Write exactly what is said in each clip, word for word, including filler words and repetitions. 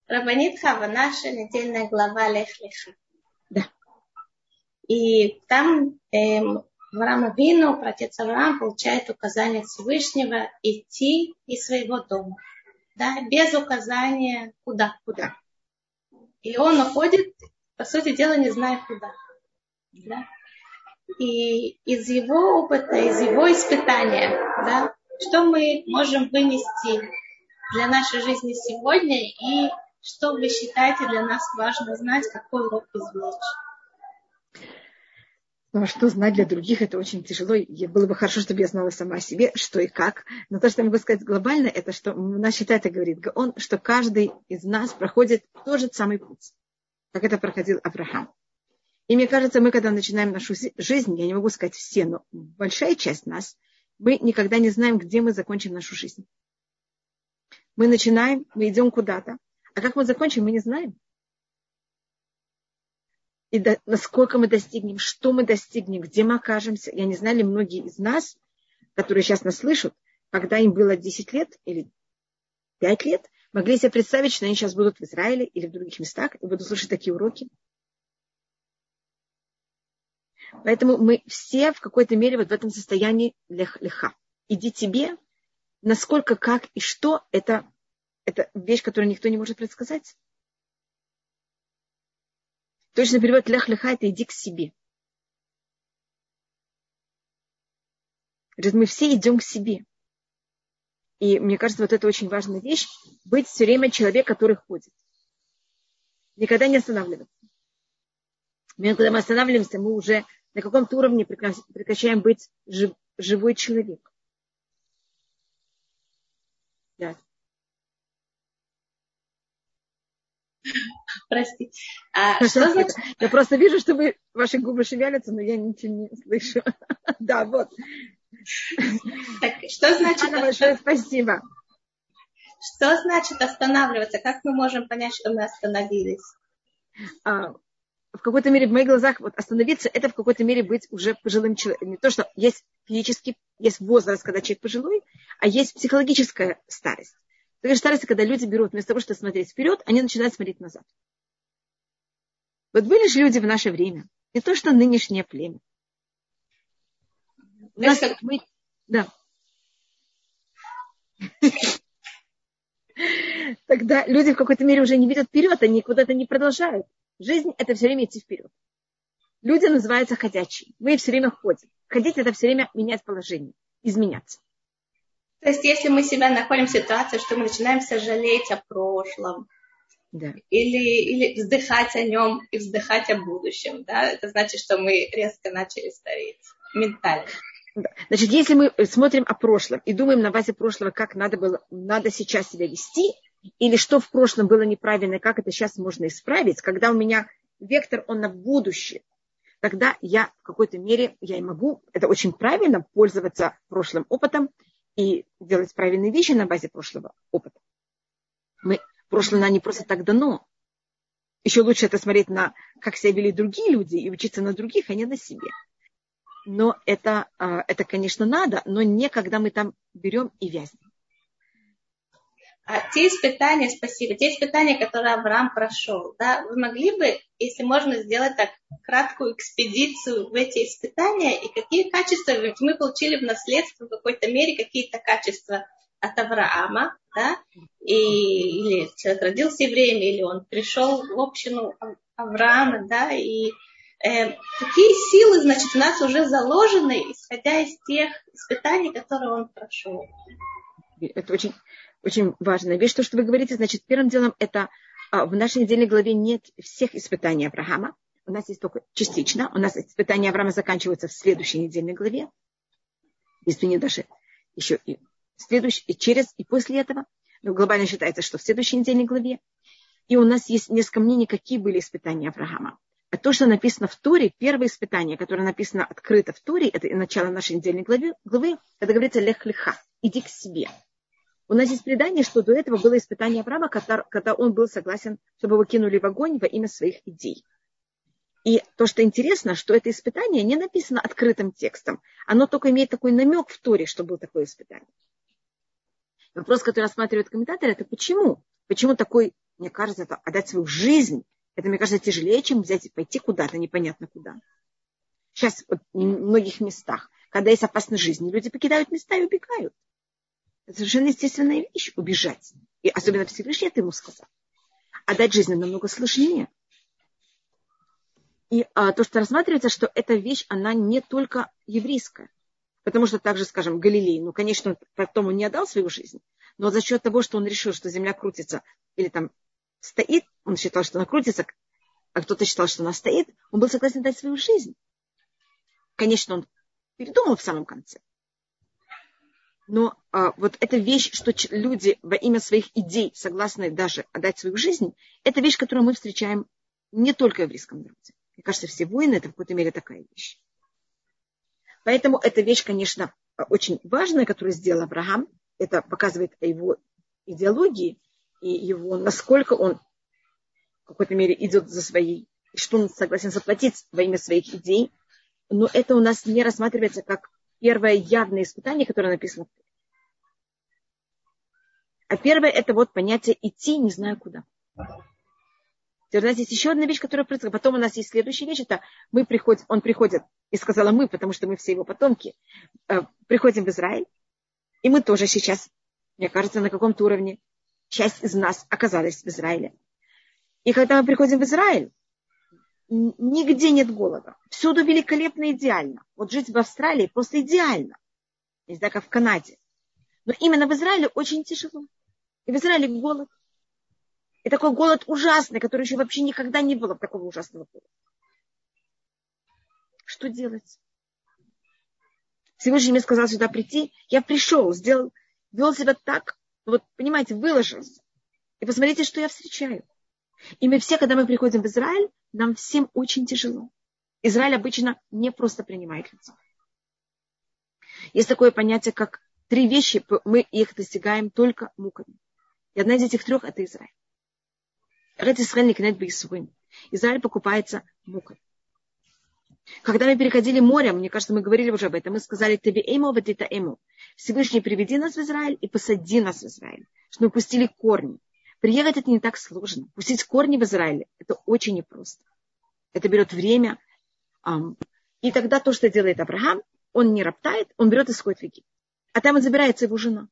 Рабанит Хава, наша недельная глава Лех Леха. Да. И там эм, Авраам Авину, отец Авраам, получает указание Всевышнего идти из своего дома. Да, без указания куда. Куда? И он уходит, по сути дела, не зная куда. Да? И из его опыта, из его испытания, да, что мы можем вынести для нашей жизни сегодня и что вы считаете для нас важно знать, какой урок извлечь? Ну, а что знать для других, это очень тяжело. И было бы хорошо, чтобы я знала сама о себе, что и как. Но то, что я могу сказать глобально, это что наш считает и говорит Гаон, что каждый из нас проходит тот же самый путь, как это проходил Авраам. И мне кажется, мы, когда начинаем нашу жизнь, я не могу сказать все, но большая часть нас, мы никогда не знаем, где мы закончим нашу жизнь. Мы начинаем, мы идем куда-то, а как мы закончим, мы не знаем. И до, насколько мы достигнем, что мы достигнем, где мы окажемся. Я не знаю, ли многие из нас, которые сейчас нас слышат, когда им было десять лет или пять лет, могли себе представить, что они сейчас будут в Израиле или в других местах и будут слушать такие уроки. Поэтому мы все в какой-то мере вот в этом состоянии лех-леха. Иди тебе, насколько, как и что, это, это вещь, которую никто не может предсказать. Точно перевод лех-леха – это иди к себе. Мы все идем к себе. И мне кажется, вот это очень важная вещь – быть все время человек, который ходит. Никогда не останавливаться. Когда мы останавливаемся, мы уже на каком-то уровне прекращаем быть жив, живой человек. Да. Простите. А что значит? Я просто вижу, что вы, ваши губы шевелятся, но я ничего не слышу. Да, вот. Так, что значит? Большое спасибо. Что значит останавливаться? Как мы можем понять, что мы остановились? А, в какой-то мере, в моих глазах, вот остановиться, это в какой-то мере быть уже пожилым человеком. Не то, что есть физический, есть возраст, когда человек пожилой, а есть психологическая старость. Такая старость, когда люди берут, вместо того, чтобы смотреть вперед, они начинают смотреть назад. Вот были же люди в наше время, не то, что нынешнее племя. У нас, как... мы... Да. Тогда люди в какой-то мере уже не видят вперед, они куда-то не продолжают. Жизнь – это все время идти вперед. Люди называются ходячие. Мы все время ходим. Ходить – это все время менять положение, изменяться. То есть, если мы себя находим в ситуации, что мы начинаем сожалеть о прошлом, да. или, или вздыхать о нем и вздыхать о будущем, да, это значит, что мы резко начали стареть ментально. Да. Значит, если мы смотрим о прошлом и думаем на базе прошлого, как надо было, надо сейчас себя вести, или что в прошлом было неправильно, как это сейчас можно исправить, когда у меня вектор, он на будущее, тогда я в какой-то мере, я и могу, это очень правильно, пользоваться прошлым опытом и делать правильные вещи на базе прошлого опыта. Мы, прошлое нам не просто так дано. Еще лучше это смотреть на, как себя вели другие люди и учиться на других, а не на себе. Но это, это, конечно, надо, но не когда мы там берем и вязнем. А те испытания, спасибо, те испытания, которые Авраам прошел, да, вы могли бы, если можно, сделать так краткую экспедицию в эти испытания, и какие качества, ведь мы получили в наследство в какой-то мере какие-то качества от Авраама, да, и, или человек родился евреем, или он пришел в общину Авраама, да, и э, какие силы, значит, у нас уже заложены, исходя из тех испытаний, которые он прошел. Это очень... Очень важная вещь, то, что вы говорите, значит, первым делом это в нашей недельной главе нет всех испытаний Авраама. У нас есть только частично. У нас испытания Авраама заканчиваются в следующей недельной главе. Если не даже еще и следующий, и через, и после этого. Но глобально считается, что в следующей недельной главе. И у нас есть несколько мнений, какие были испытания Авраама. А то, что написано в Торе, первое испытание, которое написано открыто в Торе, это начало нашей недельной главы, главы, это говорится лех-леха, иди к себе. У нас есть предание, что до этого было испытание Авраама, когда он был согласен, чтобы его кинули в огонь во имя своих идей. И то, что интересно, что это испытание не написано открытым текстом. Оно только имеет такой намек в Торе, что было такое испытание. Вопрос, который рассматривают комментаторы, это почему? Почему такой, мне кажется, это отдать свою жизнь, это, мне кажется, тяжелее, чем взять и пойти куда-то, непонятно куда. Сейчас вот в многих местах, когда есть опасность жизни, люди покидают места и убегают. Это совершенно естественная вещь, убежать. И особенно Всевышний это ему сказал. Отдать жизнь намного сложнее. И а, то, что рассматривается, что эта вещь, она не только еврейская. Потому что также, скажем, Галилей, ну, конечно, он потом он не отдал свою жизнь, но за счет того, что он решил, что земля крутится или там стоит, он считал, что она крутится, а кто-то считал, что она стоит, он был согласен дать свою жизнь. Конечно, он передумал в самом конце. Но а, вот эта вещь, что люди во имя своих идей согласны даже отдать свою жизнь, это вещь, которую мы встречаем не только в еврейском народе. Мне кажется, все войны – это в какой-то мере такая вещь. Поэтому эта вещь, конечно, очень важная, которую сделал Авраам. Это показывает о его идеологии и его, насколько он в какой-то мере идет за своей, что он согласен заплатить во имя своих идей. Но это у нас не рассматривается как первое явное испытание, которое написано. А первое – это вот понятие «идти, не знаю куда». Теперь у нас есть еще одна вещь, которая происходит. Потом у нас есть следующая вещь. Это мы приходим, он приходит, и сказала мы, потому что мы все его потомки, э, приходим в Израиль. И мы тоже сейчас, мне кажется, на каком-то уровне часть из нас оказалась в Израиле. И когда мы приходим в Израиль, нигде нет голода. Всюду великолепно и идеально. Вот жить в Австралии просто идеально. Не знаю, как в Канаде. Но именно в Израиле очень тяжело. И в Израиле голод. И такой голод ужасный, который еще вообще никогда не было такого ужасного голода. Что делать? Всевышний мне сказал сюда прийти. Я пришел, сделал, вел себя так, вот, понимаете, выложился. И посмотрите, что я встречаю. И мы все, когда мы приходим в Израиль, нам всем очень тяжело. Израиль обычно не просто принимает людей. Есть такое понятие, как три вещи, мы их достигаем только муками. И одна из этих трех – это Израиль. Израиль покупается мукой. Когда мы переходили морем, мне кажется, мы говорили уже об этом, мы сказали тебе эймо, вот это эймо. Всевышний, приведи нас в Израиль и посади нас в Израиль, чтобы мы пустили корни. Приехать это не так сложно. Пустить корни в Израиле – это очень непросто. Это берет время. И тогда то, что делает Авраам, он не роптает, он берет и сходит в Египет. А там и забирается его жена.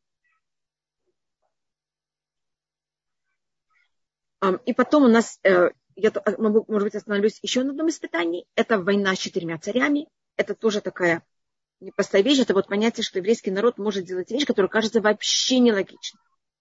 И потом у нас, я могу, может быть, остановлюсь еще на одном испытании. Это война с четырьмя царями. Это тоже такая непростая вещь. Это вот понятие, что еврейский народ может делать вещь, которая кажется вообще нелогичной.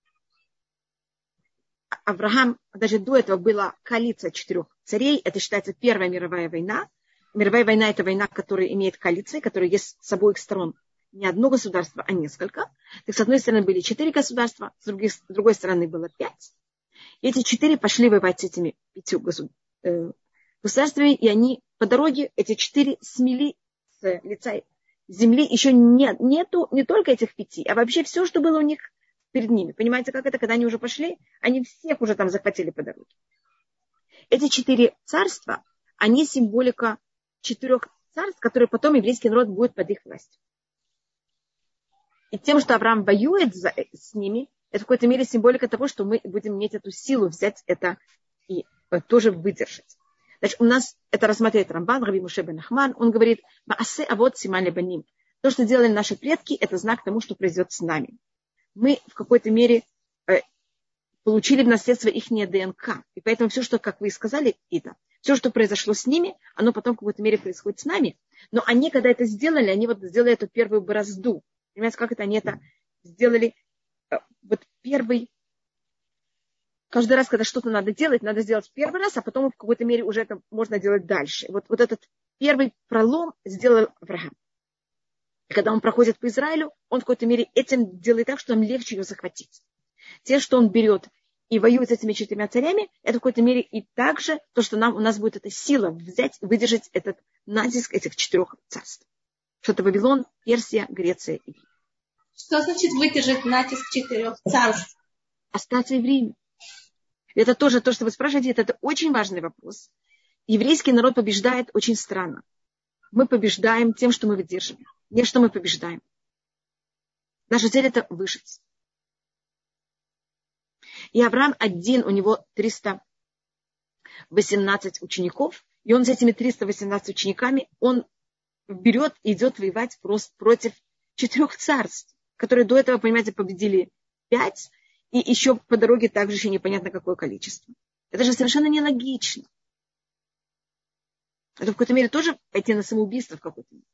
Авраам, даже до этого была коалиция четырех царей. Это считается Первая мировая война. Мировая война – это война, которая имеет коалиции, которая есть с обоих сторон. Не одно государство, а несколько. Так, с одной стороны были четыре государства, с другой, с другой стороны было пять. И эти четыре пошли воевать с этими пятью государствами, и они по дороге, эти четыре, смели с лица земли еще нет, нету не только этих пяти, а вообще все, что было у них перед ними. Понимаете, как это, когда они уже пошли, они всех уже там захватили по дороге. Эти четыре царства, они символика четырех царств, которые потом еврейский народ будет под их властью. И тем, что Авраам воюет за, с ними, это в какой-то мере символика того, что мы будем иметь эту силу взять это и тоже выдержать. Значит, у нас это рассматривает Рамбан, Раби Моше бен Нахман. Он говорит, «Маасе авот симан лебаним». То, что делали наши предки, это знак тому, что произойдет с нами. Мы в какой-то мере э, получили в наследство их ДНК. И поэтому все, что, как вы и сказали, это, все, что произошло с ними, оно потом в какой-то мере происходит с нами. Но они, когда это сделали, они вот сделали эту первую борозду. Понимаете, как это они это сделали? Вот первый, каждый раз, когда что-то надо делать, надо сделать в первый раз, а потом в какой-то мере уже это можно делать дальше. Вот, вот этот первый пролом сделал Авраам. Когда он проходит по Израилю, он в какой-то мере этим делает так, что нам легче ее захватить. Те, что он берет и воюет с этими четырьмя царями, это в какой-то мере и также то, что нам, у нас будет эта сила взять и выдержать этот натиск этих четырех царств. Что это Вавилон, Персия, Греция и Рим. Что значит выдержать натиск четырех царств? Остаться евреями. Это тоже то, что вы спрашиваете, это, это очень важный вопрос. Еврейский народ побеждает очень странно. Мы побеждаем тем, что мы выдерживаем. Не что мы побеждаем. Наша цель это выжить. И Авраам один, у него триста восемнадцать учеников, и он с этими триста восемнадцатью учениками, он берет и идет воевать просто против четырех царств, которые до этого, понимаете, победили пять, и еще по дороге также еще непонятно какое количество. Это же совершенно нелогично. Это в какой-то мере тоже пойти на самоубийство в какой-то мере.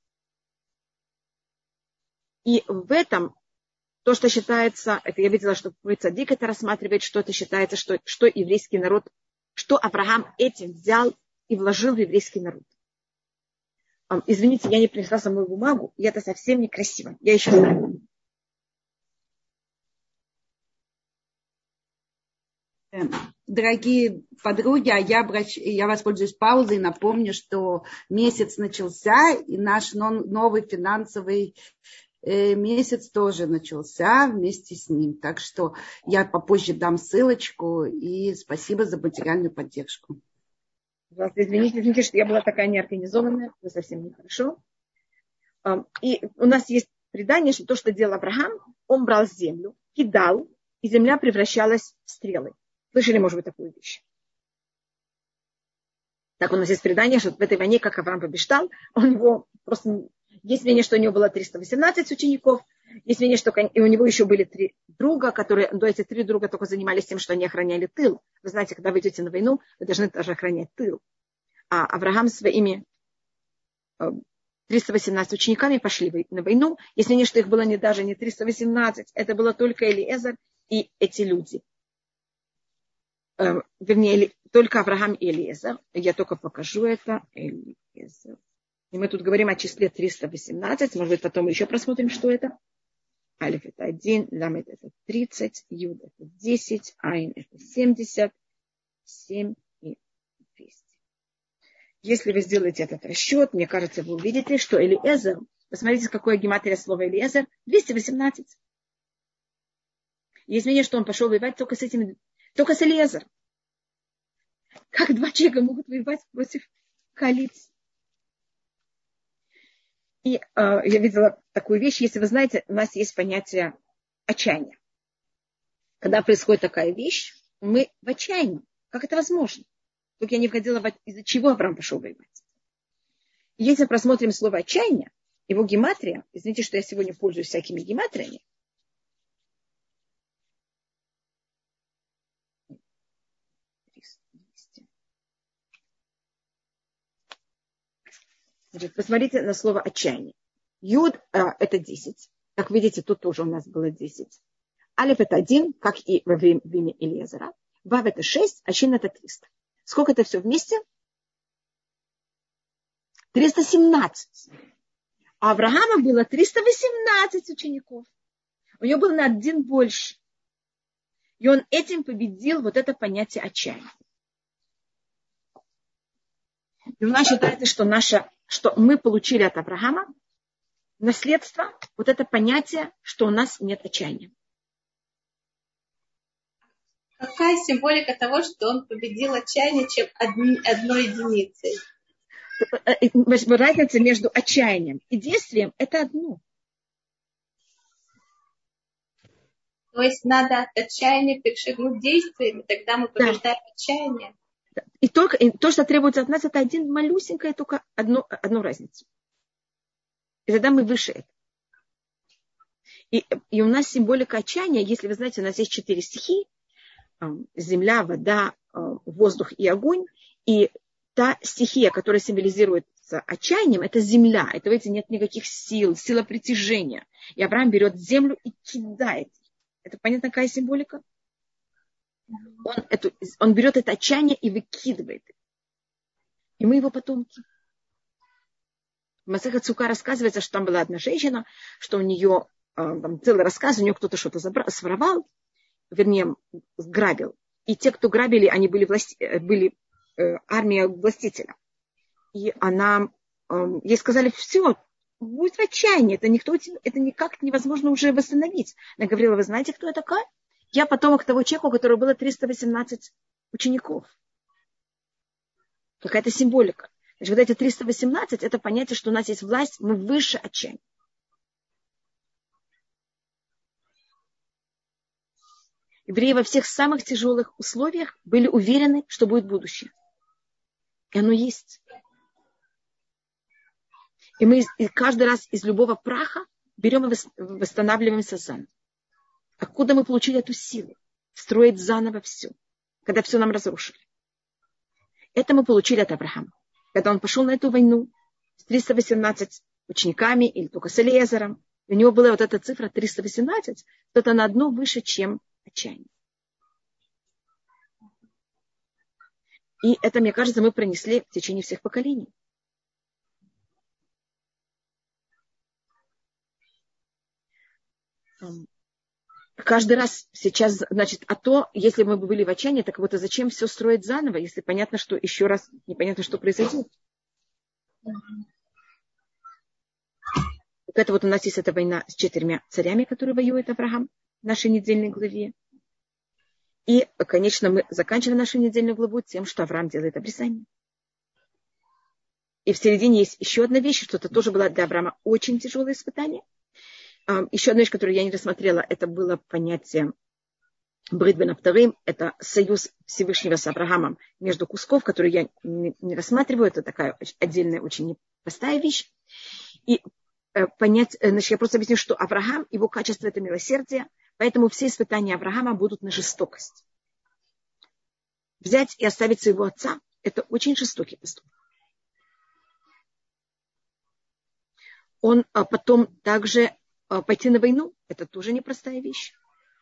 И в этом то, что считается, это я видела, что Цадик это рассматривает, что это считается, что, что еврейский народ, что Авраам этим взял и вложил в еврейский народ. Извините, я не принесла самую бумагу, и это совсем некрасиво. Я еще знаю. Дорогие подруги, а я, обращ... я воспользуюсь паузой и напомню, что месяц начался, и наш новый финансовый месяц тоже начался вместе с ним. Так что я попозже дам ссылочку, и спасибо за материальную поддержку. Извините, извините, что я была такая неорганизованная, это совсем нехорошо. И у нас есть предание, что то, что делал Авраам, он брал землю, кидал, и земля превращалась в стрелы. Слышали, может быть, такую вещь? Так у нас есть предание, что в этой войне, как Авраам побеждал, он его просто... Есть мнение, что у него было триста восемнадцать учеников, есть мнение, что и у него еще были три друга, которые, до эти три друга только занимались тем, что они охраняли тыл. Вы знаете, когда вы идете на войну, вы должны тоже охранять тыл. А Авраам своими триста восемнадцать учениками пошли на войну. Есть мнение, что их было не даже не триста восемнадцать, это было только Элиэзер и эти люди. Вернее, только Авраам и Элиэзер. Я только покажу это. Элиэзер. И мы тут говорим о числе триста восемнадцать. Может быть, потом еще просмотрим, что это. Алиф это один, Ламет это тридцать, Юд это десять, Айн это семьдесят, семь и двести. Если вы сделаете этот расчет, мне кажется, вы увидите, что Элиэзер, посмотрите, какое гематрия слова Элиэзер, двести восемнадцать. Есть мнение, что он пошел воевать только с этими, только с Элиэзером. Как два человека могут воевать против коалиции? И э, я видела такую вещь, если вы знаете, у нас есть понятие отчаяния. Когда происходит такая вещь, мы в отчаянии. Как это возможно? Только я не входила в из-за чего Авраам пошел воевать. И если просмотрим слово отчаяние, его гематрия, извините, что я сегодня пользуюсь всякими гематриями, Значит, посмотрите на слово отчаяние. Юд а, это десять. Как видите, тут тоже у нас было десять. Алиф это один, как и во время, в имя Элиэзера. Вав это шесть, а Шин это триста. Сколько это все вместе? триста семнадцать. А Авраама было триста восемнадцать учеников. У него был на один больше. И он этим победил вот это понятие отчаяния. И у нас считается, что, наше, что мы получили от Авраама наследство, вот это понятие, что у нас нет отчаяния. Какая символика того, что он победил отчаяние, чем одни, одной единицей? Разница между отчаянием и действием – это одно. То есть надо от отчаяния перешагнуть действиями, тогда мы побеждаем да. отчаяние. И, только, и то, что требуется от нас, это один малюсенькое, только одну, одну разницу. И тогда мы выше этого. И, и у нас символика отчаяния, если вы знаете, у нас есть четыре стихии. Земля, вода, воздух и огонь. И та стихия, которая символизируется отчаянием, это земля. Это, видите, нет никаких сил, сила притяжения. И Авраам берет землю и кидает. Это понятно, какая символика? Он, эту, он берет это отчаяние и выкидывает. И мы его потомки. В Масехет Сука рассказывается, что там была одна женщина, что у нее там целый рассказ, у нее кто-то что-то забрал, своровал, вернее, грабил. И те, кто грабили, они были, власти, были э, армия властителя. И она, э, ей сказали, все, будет в отчаянии, это, никто, это никак невозможно уже восстановить. Она говорила, вы знаете, кто я такая? Я потомок того человека, у которого было триста восемнадцать учеников. Какая-то символика. Значит, вот эти триста восемнадцать, это понятие, что у нас есть власть, мы выше отчаяния. И Евреи во всех самых тяжелых условиях были уверены, что будет будущее. И оно есть. И мы каждый раз из любого праха берем и восстанавливаемся заново. Откуда мы получили эту силу? Строить заново все, когда все нам разрушили. Это мы получили от Авраама. Когда он пошел на эту войну с тремястами восемнадцатью учениками или только с Элиезером, у него была вот эта цифра триста восемнадцать, то это на одно выше, чем отчаяние. И это, мне кажется, мы пронесли в течение всех поколений. Каждый раз сейчас, значит, а то, если мы бы были в отчаянии, так вот, а зачем все строить заново, если понятно, что еще раз непонятно, что произойдет. Вот это вот у нас есть эта война с четырьмя царями, которые воюет Авраам в нашей недельной главе. И, конечно, мы заканчиваем нашу недельную главу тем, что Авраам делает обрезание. И в середине есть еще одна вещь, что это тоже было для Авраама очень тяжелое испытание. Еще одна вещь, которую я не рассмотрела, это было понятие Брит бен Авторим, это союз Всевышнего с Авраамом между кусков, которые я не рассматриваю, это такая отдельная, очень непростая вещь. И понять, значит, я просто объясню, что Авраам, его качество это милосердие, поэтому все испытания Авраама будут на жестокость. Взять и оставить своего отца, это очень жестокий поступок. Он потом также пойти на войну, это тоже непростая вещь.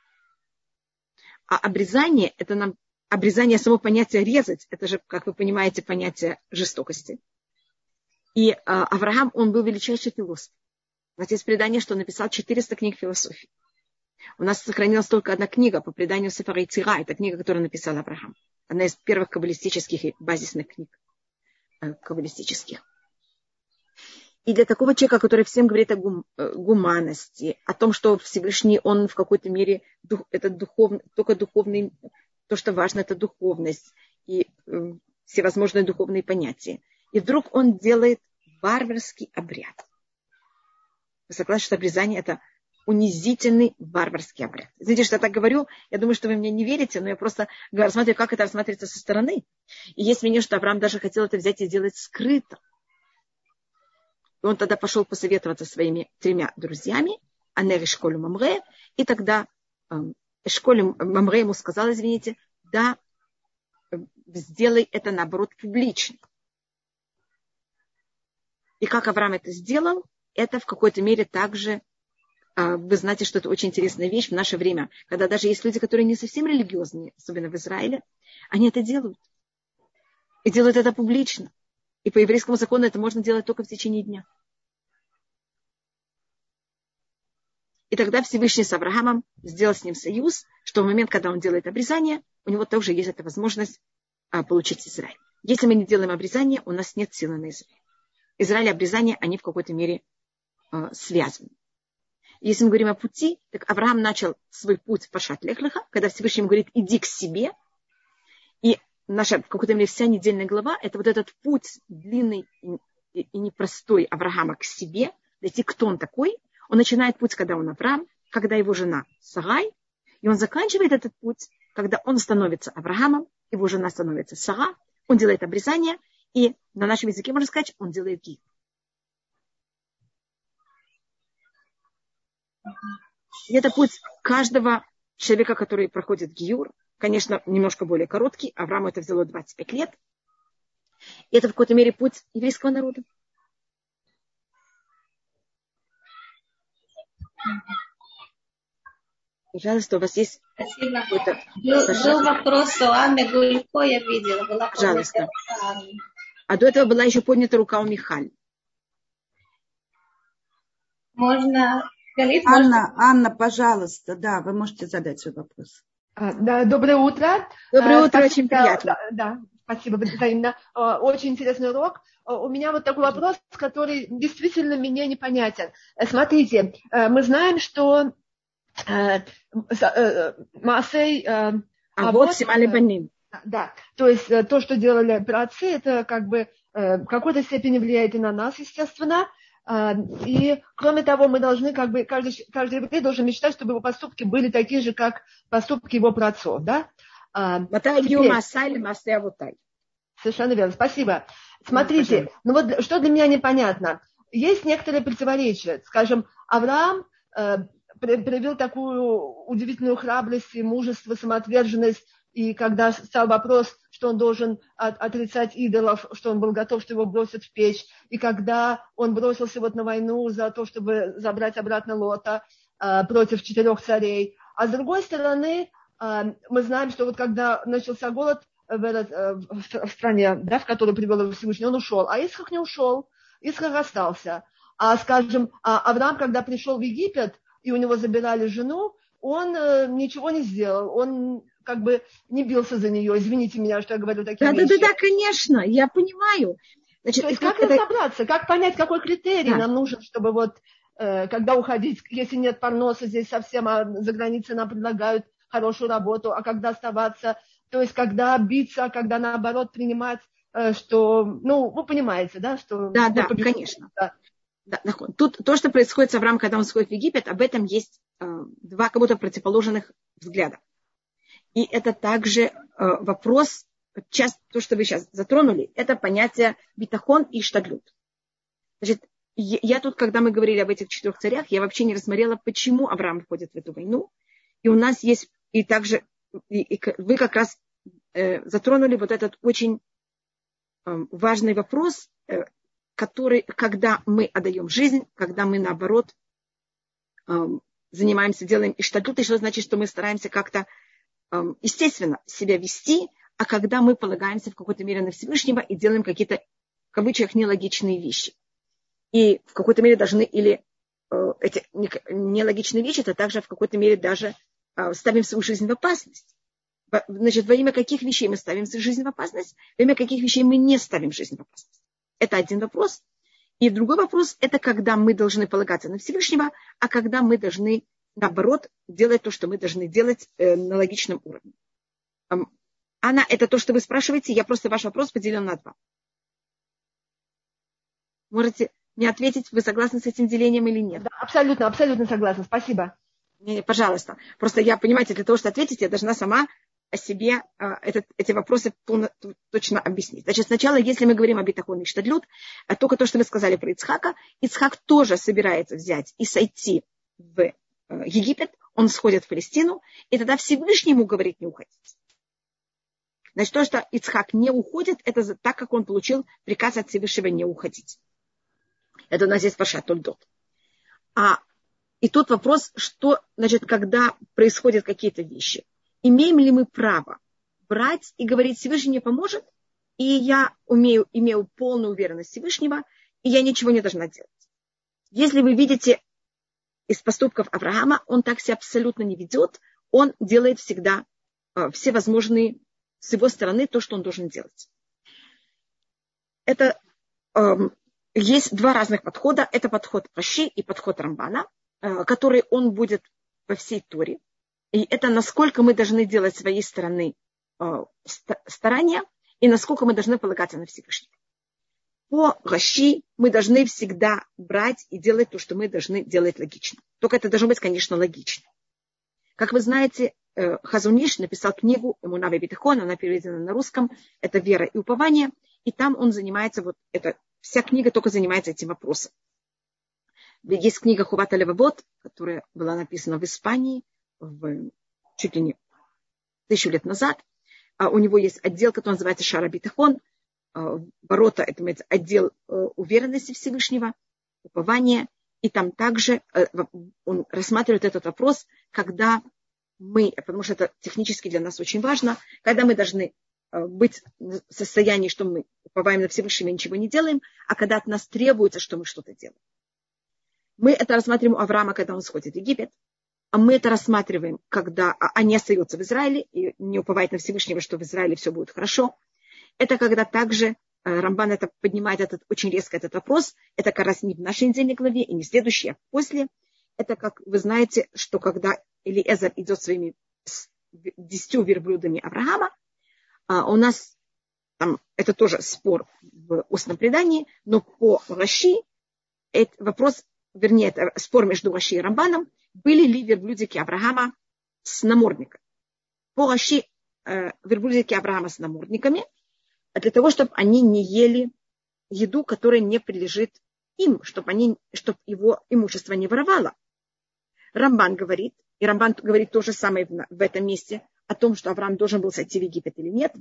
А обрезание, это нам, обрезание, само понятие резать, это же, как вы понимаете, понятие жестокости. И а, Авраам, он был величайший философ. У нас есть предание, что он написал четыреста книг философии. У нас сохранилась только одна книга по преданию Сефер Йецира, это книга, которую написал Авраам. Одна из первых каббалистических и базисных книг э, каббалистических. И для такого человека, который всем говорит о гум, гуманности, о том, что Всевышний, он в какой-то мере, дух, это духовный, только духовный, то, что важно, это духовность и э, всевозможные духовные понятия. И вдруг он делает варварский обряд. Вы согласны, что обрезание – это унизительный варварский обряд? Знаете, что я так говорю? Я думаю, что вы мне не верите, но я просто рассматриваю, как это рассматривается со стороны. И есть мнение, что Авраам даже хотел это взять и сделать скрыто. И он тогда пошел посоветоваться со своими тремя друзьями, Анер, Эшколь и Мамре, и тогда э, Эшколь и Мамре ему сказал, извините, да, сделай это, наоборот, публично. И как Авраам это сделал, это в какой-то мере также, э, вы знаете, что это очень интересная вещь в наше время, когда даже есть люди, которые не совсем религиозные, особенно в Израиле, они это делают. И делают это публично. И по еврейскому закону это можно делать только в течение дня. И тогда Всевышний с Авраамом сделал с ним союз, что в момент, когда он делает обрезание, у него тоже есть эта возможность а, получить Израиль. Если мы не делаем обрезание, у нас нет силы на Израиль. Израиль и обрезание, они в какой-то мере а, связаны. Если мы говорим о пути, так Авраам начал свой путь по Шат-Лех-Леха, когда Всевышний ему говорит, иди к себе, и наша, в какой-то мере, вся недельная глава, это вот этот путь длинный и непростой Авраама к себе, дойти, кто он такой. Он начинает путь, когда он Авраам, когда его жена Сарай, и он заканчивает этот путь, когда он становится Авраамом, его жена становится Сара, он делает обрезание, и на нашем языке, можно сказать, он делает гиюр. И это путь каждого человека, который проходит гиюр. Конечно, немножко более короткий. Аврааму это взяло двадцать пять лет. И это в какой-то мере путь еврейского народа. Пожалуйста, у вас есть какой-то... Был, был вопрос у Анны Гулько, я видела. Была Пожалуйста. А до этого была еще поднята рука у Михаль. Можно... Галит, Анна, можно... Анна, пожалуйста, да, вы можете задать свой вопрос. А, да, доброе утро. Доброе утро, а, очень приятно. Да, да, спасибо, взаимно. Очень интересный урок. У меня вот такой вопрос, который действительно мне непонятен. Смотрите, мы знаем, что Маасей Авот Симали Баним. Да, то есть то, что делали праотцы, это как бы в какой-то степени влияет и на нас, естественно. И, кроме того, мы должны, как бы, каждый, каждый еврей должен мечтать, чтобы его поступки были такие же, как поступки его праотцов, да? Теперь, совершенно верно, спасибо. Смотрите, ну, ну вот что для меня непонятно. Есть некоторые противоречия. Скажем, Авраам э, проявил такую удивительную храбрость и мужество, самоотверженность, и когда стал вопрос, что он должен от, отрицать идолов, что он был готов, что его бросят в печь, и когда он бросился вот на войну за то, чтобы забрать обратно Лота э, против четырех царей. А с другой стороны, э, мы знаем, что вот когда начался голод в, этот, э, в стране, да, в которую привел его Всевышний, он ушел, а Исхак не ушел, Исхак остался. А, скажем, Авраам, когда пришел в Египет, и у него забирали жену, он э, ничего не сделал, он как бы не бился за нее. Извините меня, что я говорю такие да, вещи. Да, да, да, конечно, я понимаю. Значит, То есть как это... разобраться, как понять, какой критерий да. нам нужен, чтобы вот, э, когда уходить, если нет парноса здесь совсем, а за границей нам предлагают хорошую работу, а когда оставаться, то есть когда биться, а когда наоборот принимать, э, что, ну, вы понимаете, да, что... Да, да, победим. Конечно. Да. Да, тут то, что происходит с Авраамом, когда он сходит в Египет, об этом есть э, два как будто противоположных взгляда. И это также э, вопрос, сейчас, то, что вы сейчас затронули, это понятие битахон и штаглют. Значит, я, я тут, когда мы говорили об этих четырех царях, я вообще не рассмотрела, почему Авраам входит в эту войну. И у нас есть, и также, и, и вы как раз э, затронули вот этот очень э, важный вопрос, э, который, когда мы отдаем жизнь, когда мы, наоборот, э, занимаемся, делаем иштаглют, и что значит, что мы стараемся как-то естественно, себя вести, а когда мы полагаемся в какой-то мере на Всевышнего и делаем какие-то, в кавычках, нелогичные вещи. И в какой-то мере должны, или э, эти нелогичные вещи, это также в какой-то мере даже э, ставим свою жизнь в опасность. Значит, во имя каких вещей мы ставим свою жизнь в опасность, во имя каких вещей мы не ставим жизнь в опасность. Это один вопрос. И другой вопрос, это когда мы должны полагаться на Всевышнего, а когда мы должны наоборот, делать то, что мы должны делать э, на логичном уровне. Эм, Анна, это то, что вы спрашиваете, я просто ваш вопрос поделил на два. Можете мне ответить, вы согласны с этим делением или нет? Да, абсолютно, абсолютно согласна, спасибо. Не, не, пожалуйста. Просто я, понимаете, для того, чтобы ответить, я должна сама о себе э, этот, эти вопросы полно, точно объяснить. Значит, сначала, если мы говорим о битахоне и штадлют, э, только то, что вы сказали про Ицхака, Ицхак тоже собирается взять и сойти в Египет, он сходит в Палестину, и тогда Всевышнему говорит не уходить. Значит, то, что Ицхак не уходит, это так, как он получил приказ от Всевышнего не уходить. Это у нас здесь Паршат Толдот. А, и тут вопрос, что, значит, когда происходят какие-то вещи, имеем ли мы право брать и говорить, Всевышний мне поможет, и я умею, имею полную уверенность Всевышнего, и я ничего не должна делать. Если вы видите из поступков Авраама, он так себя абсолютно не ведет, он делает всегда э, все возможные с его стороны то, что он должен делать. Это э, есть два разных подхода. Это подход Раши и подход Рамбана, э, который он будет во всей Торе. И это насколько мы должны делать с своей стороны э, старания и насколько мы должны полагаться на Всевышнего. По Раши мы должны всегда брать и делать то, что мы должны делать логично. Только это должно быть, конечно, логично. Как вы знаете, Хазон Иш написал книгу «Эмуна вебитахон», она переведена на русском, это «Вера и упование», и там он занимается, вот это, вся книга только занимается этим вопросом. Есть книга «Хуват алевавот», которая была написана в Испании в, чуть ли не тысячу лет назад. А у него есть отдел, который называется «Шара битахон», ворота, это отдел уверенности Всевышнего, упования, и там также он рассматривает этот вопрос, когда мы, потому что это технически для нас очень важно, когда мы должны быть в состоянии, что мы уповаем на Всевышнего и ничего не делаем, а когда от нас требуется, что мы что-то делаем. Мы это рассматриваем у Авраама, когда он сходит в Египет, а мы это рассматриваем, когда они остаются в Израиле и не уповают на Всевышнего, что в Израиле все будет хорошо. Это когда также Рамбан это поднимает этот, очень резко этот вопрос. Это как раз не в нашей недельной главе и не следующей, а после. Это, как вы знаете, что когда Элиэзер идет своими десятью верблюдами Авраама, у нас там, это тоже спор в устном предании, но по Раши это вопрос, вернее, это спор между Раши и Рамбаном, были ли верблюдики Авраама с намордниками. По Раши э, верблюдики Авраама с намордниками, а для того, чтобы они не ели еду, которая не принадлежит им, чтобы, они, чтобы его имущество не воровало. Рамбан говорит, и Рамбан говорит то же самое в, в этом месте, о том, что Авраам должен был сойти в Египет или нет.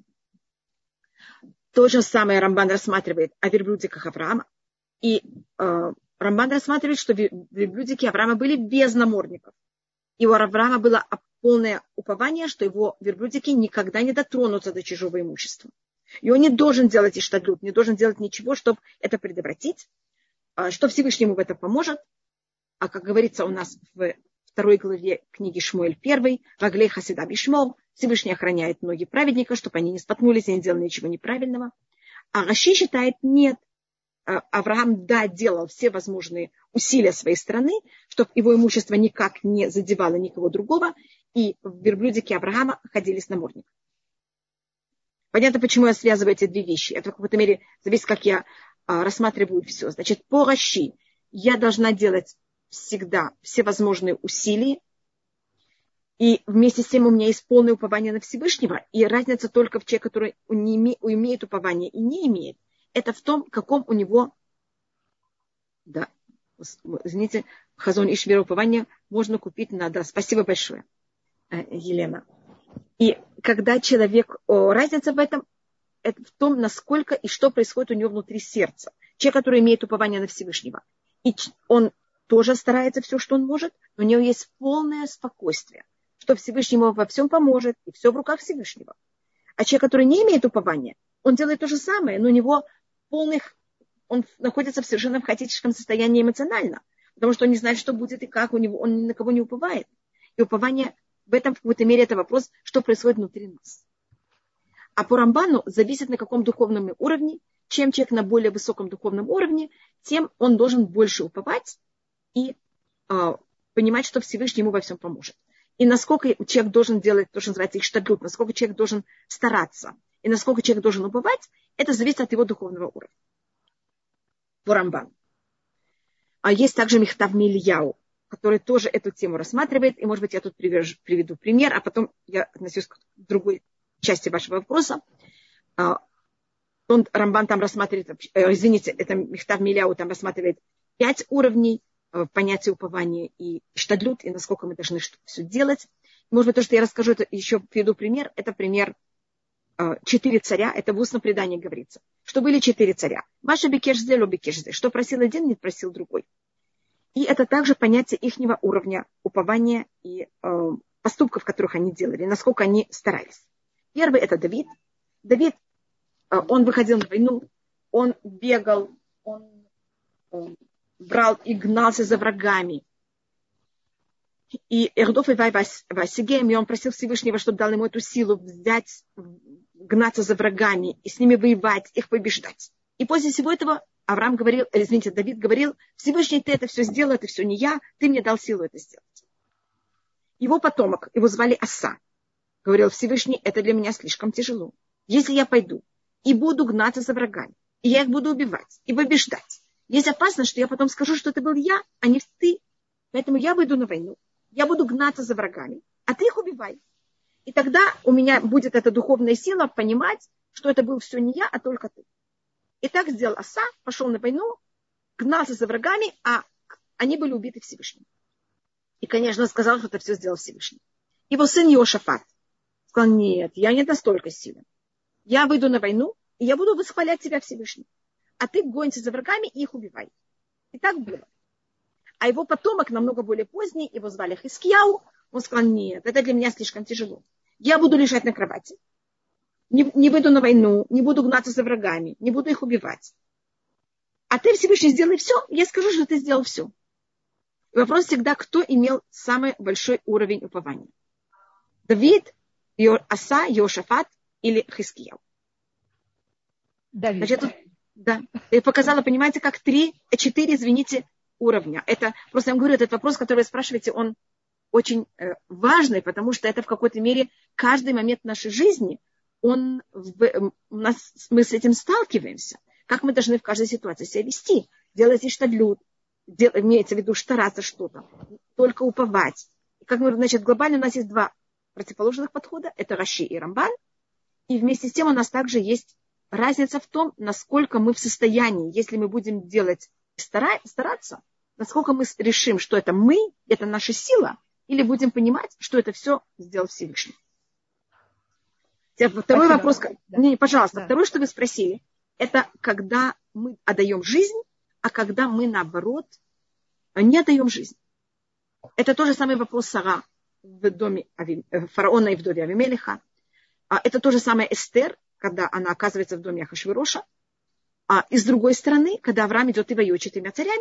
То же самое Рамбан рассматривает о верблюдиках Авраама. И э, Рамбан рассматривает, что верблюдики Авраама были без намордников. И у Авраама было полное упование, что его верблюдики никогда не дотронутся до чужого имущества. И он не должен делать иштадлут, не должен делать ничего, чтобы это предотвратить, что Всевышнему в этом поможет. А как говорится у нас в второй главе книги Шмуэль первой, «Ваглей хасида бишмор», Всевышний охраняет ноги праведника, чтобы они не споткнулись и не делали ничего неправильного. А Раши считает, нет, Авраам, да, делал все возможные усилия своей стороны, чтобы его имущество никак не задевало никого другого, и верблюдики Авраама ходили с намордником. Понятно, почему я связываю эти две вещи. Это в какой-то мере зависит, как я а, рассматриваю все. Значит, по Раши я должна делать всегда все возможные усилия, и вместе с тем у меня есть полное упование на Всевышнего, и разница только в человеке, который не име, имеет упование и не имеет, это в том, каком у него, да, извините, Хазон Иш вера упования можно купить на, да, спасибо большое, Елена. И когда человек, о, разница в этом, это в том, насколько и что происходит у него внутри сердца. Человек, который имеет упование на Всевышнего, и он тоже старается все, что он может, но у него есть полное спокойствие, что Всевышний ему во всем поможет, и все в руках Всевышнего. А человек, который не имеет упования, он делает то же самое, но у него полных, он находится в совершенно хаотическом состоянии эмоционально, потому что он не знает, что будет и как, у него, он ни на кого не уповает. И упование в этом, в какой-то мере, это вопрос, что происходит внутри нас. А по Рамбану зависит, на каком духовном уровне. Чем человек на более высоком духовном уровне, тем он должен больше уповать и э, понимать, что Всевышний ему во всем поможет. И насколько человек должен делать то, что называется иштадлут, насколько человек должен стараться, и насколько человек должен уповать, это зависит от его духовного уровня. По Рамбану. А есть также Михтав Мильяу, который тоже эту тему рассматривает. И, может быть, я тут привяжу, приведу пример, а потом я отношусь к другой части вашего вопроса. Он, Рамбан там рассматривает, э, извините, это Михтав Мильяу там рассматривает пять уровней э, понятия упования и штадлют, и насколько мы должны все делать. Может быть, то, что я расскажу, это еще приведу пример. Это пример э, четыре царя. Это в устном предании говорится. Что были четыре царя. Маша бекешзе, ло бекешзе. Что просил один, не просил другой. И это также понятие ихнего уровня упования и э, поступков, которых они делали, насколько они старались. Первый – это Давид. Давид, э, он выходил на войну, он бегал, он э, брал и гнался за врагами. И Эрдов и Вай Васигем, и он просил Всевышнего, чтобы дал ему эту силу взять, гнаться за врагами, и с ними воевать, их побеждать. И после всего этого Авраам говорил, извините, Давид говорил, Всевышний, ты это все сделал, это все не я, ты мне дал силу это сделать. Его потомок, его звали Аса, говорил, Всевышний, это для меня слишком тяжело. Если я пойду и буду гнаться за врагами, и я их буду убивать и побеждать, есть опасность, что я потом скажу, что это был я, а не ты. Поэтому я выйду на войну, я буду гнаться за врагами, а ты их убивай. И тогда у меня будет эта духовная сила понимать, что это был все не я, а только ты. И так сделал Аса, пошел на войну, гнался за врагами, а они были убиты Всевышним. И, конечно, сказал, что это все сделал Всевышний. Его сын Йошафат сказал, нет, я не настолько силен. Я выйду на войну, и я буду восхвалять тебя Всевышним. А ты гонься за врагами и их убивай. И так было. А его потомок, намного более поздний, его звали Хискияу, он сказал, нет, это для меня слишком тяжело. Я буду лежать на кровати. Не, не выйду на войну, не буду гнаться за врагами, не буду их убивать. А ты, Всевышний, сделай все, я скажу, что ты сделал все. И вопрос всегда, кто имел самый большой уровень упования. Давид, Йо, Аса, Йошафат или Хискияу. Давид. Значит, тут, да, я показала, понимаете, как три, четыре, извините, уровня. Это, просто я вам говорю, этот вопрос, который вы спрашиваете, он очень э, важный, потому что это в какой-то мере каждый момент нашей жизни, он, в, у нас, мы с этим сталкиваемся. Как мы должны в каждой ситуации себя вести? Делать иштадлют, дел, имеется в виду стараться что-то, только уповать. Как мы, значит, глобально у нас есть два противоположных подхода. Это Раши и Рамбан. И вместе с тем у нас также есть разница в том, насколько мы в состоянии, если мы будем делать, стара, стараться, насколько мы решим, что это мы, это наша сила, или будем понимать, что это все сделал Всевышний. Второй Спасибо. Вопрос. Да. Не, пожалуйста, да. Второй, что вы спросили, это когда мы отдаем жизнь, а когда мы, наоборот, не отдаем жизнь. Это тот же самый вопрос Сара в доме фараона и в доме Авимелеха. Это то же самое Эстер, когда она оказывается в доме Ахашвироша. А и с другой стороны, когда Авраам идет и воюет четырьмя царями.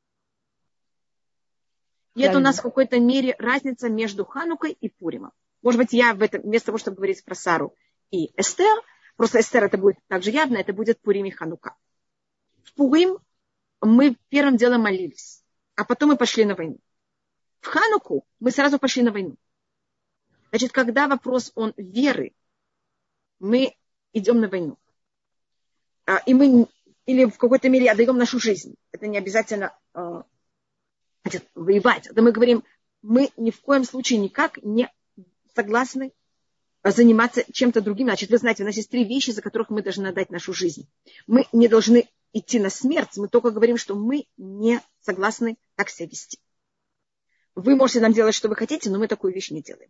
И это у нас в какой-то мере разница между Ханукой и Пуримом. Может быть, я в этом, вместо того, чтобы говорить про Сару и Эстер, просто Эстер это будет также явно, это будет Пурим и Ханука. В Пурим мы первым делом молились, а потом мы пошли на войну. В Хануку мы сразу пошли на войну. Значит, когда вопрос он веры, мы идем на войну. И мы или в какой-то мере отдаем нашу жизнь. Это не обязательно значит, воевать. Это мы говорим, мы ни в коем случае никак не согласны заниматься чем-то другим. Значит, вы знаете, у нас есть три вещи, за которых мы должны отдать нашу жизнь. Мы не должны идти на смерть, мы только говорим, что мы не согласны так себя вести. Вы можете нам делать, что вы хотите, но мы такую вещь не делаем.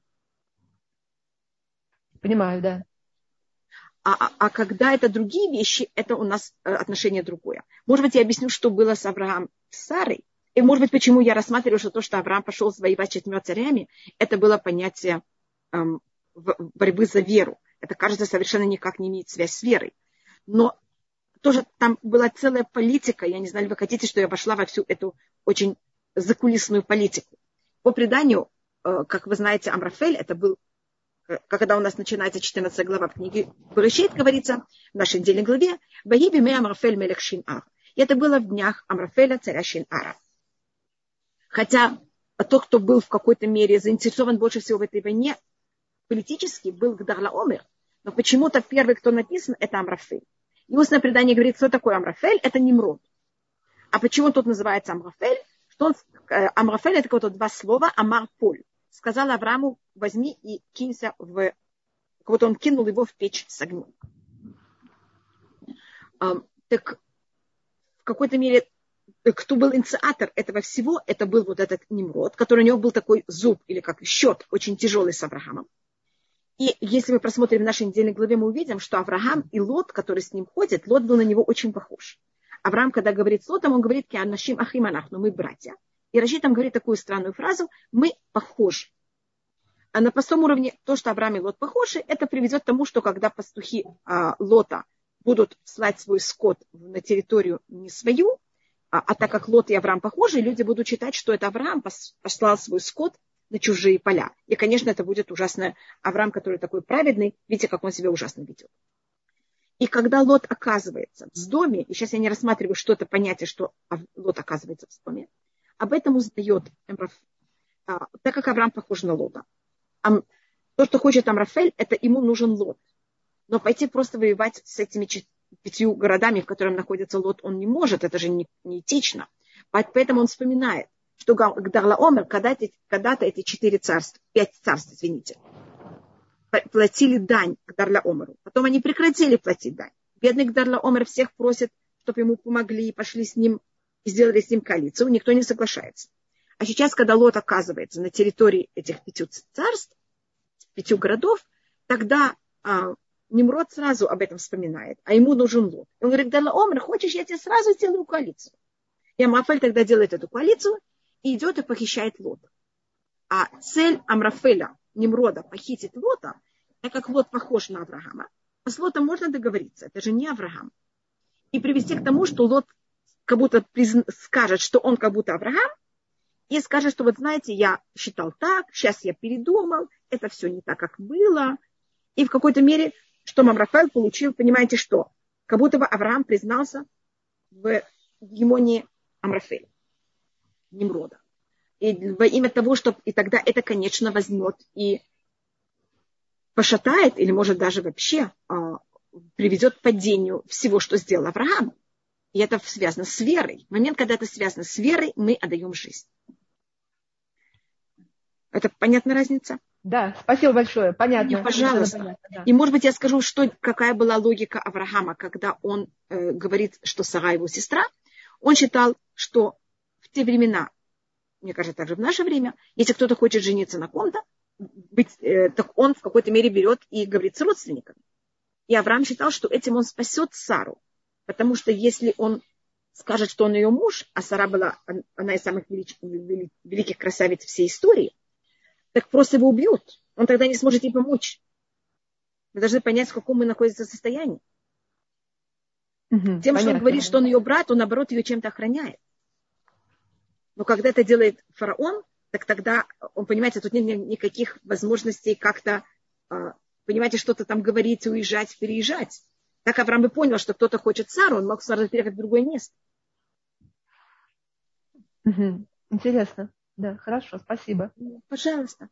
Понимаю, да. А, а, а когда это другие вещи, это у нас отношение другое. Может быть, я объясню, что было с Авраамом и Сарой. И, может быть, почему я рассматриваю, что то, что Авраам пошел воевать с четырьмя царями, это было понятие эм, борьбы за веру. Это, кажется, совершенно никак не имеет связь с верой. Но тоже там была целая политика. Я не знаю, вы хотите, что я вошла во всю эту очень закулисную политику. По преданию, э, как вы знаете, Амрафель, это был, э, когда у нас начинается четырнадцатая глава книги Берешит, говорится в нашей недельной главе, «Ваиби ме Амрафель мелех Шин-Ар». И это было в днях Амрафеля, царя Шин-Ара. Хотя тот, кто был в какой-то мере заинтересован больше всего в этой войне, политически был Гдар-ла-Омер, но почему-то первый, кто написан, это Амрафель. И устное предание говорит, что такое Амрафель, это Нимрод. А почему он тут называется Амрафель? Что он, Амрафель это какое-то два слова, Амар-Поль. Сказал Аврааму, возьми и кинься в... Как будто он кинул его в печь с огнем. Так в какой-то мере... Кто был инициатор этого всего, это был вот этот Нимрод, который у него был такой зуб, или как счет, очень тяжелый с Авраамом. И если мы просмотрим в нашей недельной главе, мы увидим, что Авраам и Лот, который с ним ходит, Лот был на него очень похож. Авраам, когда говорит с Лотом, он говорит, ки анашим ахим анахну, мы братья. И Раши там говорит такую странную фразу, мы похожи. А на простом уровне то, что Авраам и Лот похожи, это приведет к тому, что когда пастухи а, Лота будут слать свой скот на территорию не свою, а, а так как Лот и Авраам похожи, люди будут считать, что это Авраам послал свой скот на чужие поля. И, конечно, это будет ужасно. Авраам, который такой праведный, видите, как он себя ужасно ведет. И когда Лот оказывается в доме, и сейчас я не рассматриваю, что это понятие, что Лот оказывается в доме, об этом узнает Амраф, а, так как Авраам похож на Лота. А, то, что хочет Амрафель, это ему нужен Лот. Но пойти просто воевать с этими пятью городами, в которых находится Лот, он не может, это же не, не этично. Поэтому он вспоминает, что Гдар-ла-Омер, когда-то, когда-то эти четыре царства, пять царств, извините, платили дань Гдар-ла-Омеру. Потом они прекратили платить дань. Бедный Гдар-ла-Омер всех просит, чтобы ему помогли, пошли с ним и сделали с ним коалицию. Никто не соглашается. А сейчас, когда Лот оказывается на территории этих пяти царств, пятью городов, тогда а, Нимрод сразу об этом вспоминает, а ему нужен Лот. Он говорит, Гдар-ла-Омер, хочешь, я тебе сразу сделаю коалицию. И Амрафель тогда делает эту коалицию и идет и похищает Лота. А цель Амрафеля, Нимрода, похитить Лота, так как Лот похож на Авраама, а с Лотом можно договориться, это же не Авраам. И привести к тому, что Лот как будто призна... скажет, что он как будто Авраам, и скажет, что вот знаете, я считал так, сейчас я передумал, это все не так, как было. И в какой-то мере, что Амрафель получил, понимаете, что? Как будто бы Авраам признался в гегемонии Амрафеля, Нимрода. И во имя того, что и тогда это, конечно, возьмет и пошатает, или может даже вообще а, приведет к падению всего, что сделал Авраам. И это связано с верой. В момент, когда это связано с верой, мы отдаем жизнь. Это понятна разница? Да, спасибо большое. Понятно. И, пожалуйста. Понятно, да. И, может быть, я скажу, что, какая была логика Авраама, когда он э, говорит, что Сара его сестра. Он считал, что в те времена, мне кажется, также в наше время, если кто-то хочет жениться на ком-то, быть, э, так он в какой-то мере берет и говорит с родственниками. И Авраам считал, что этим он спасет Сару. Потому что если он скажет, что он ее муж, а Сара была одна из самых велич, великих красавиц всей истории, так просто его убьют. Он тогда не сможет ей помочь. Мы должны понять, в каком мы находимся состоянии. Угу, Тем, понятно. Что он говорит, что он ее брат, он, наоборот, ее чем-то охраняет. Но когда это делает фараон, так тогда, он, понимаете, тут нет никаких возможностей как-то, понимаете, что-то там говорить, уезжать, переезжать. Так Авраам бы понял, что кто-то хочет Сару, он мог сразу переехать в другое место. Угу. Интересно. Да, хорошо, спасибо. Пожалуйста.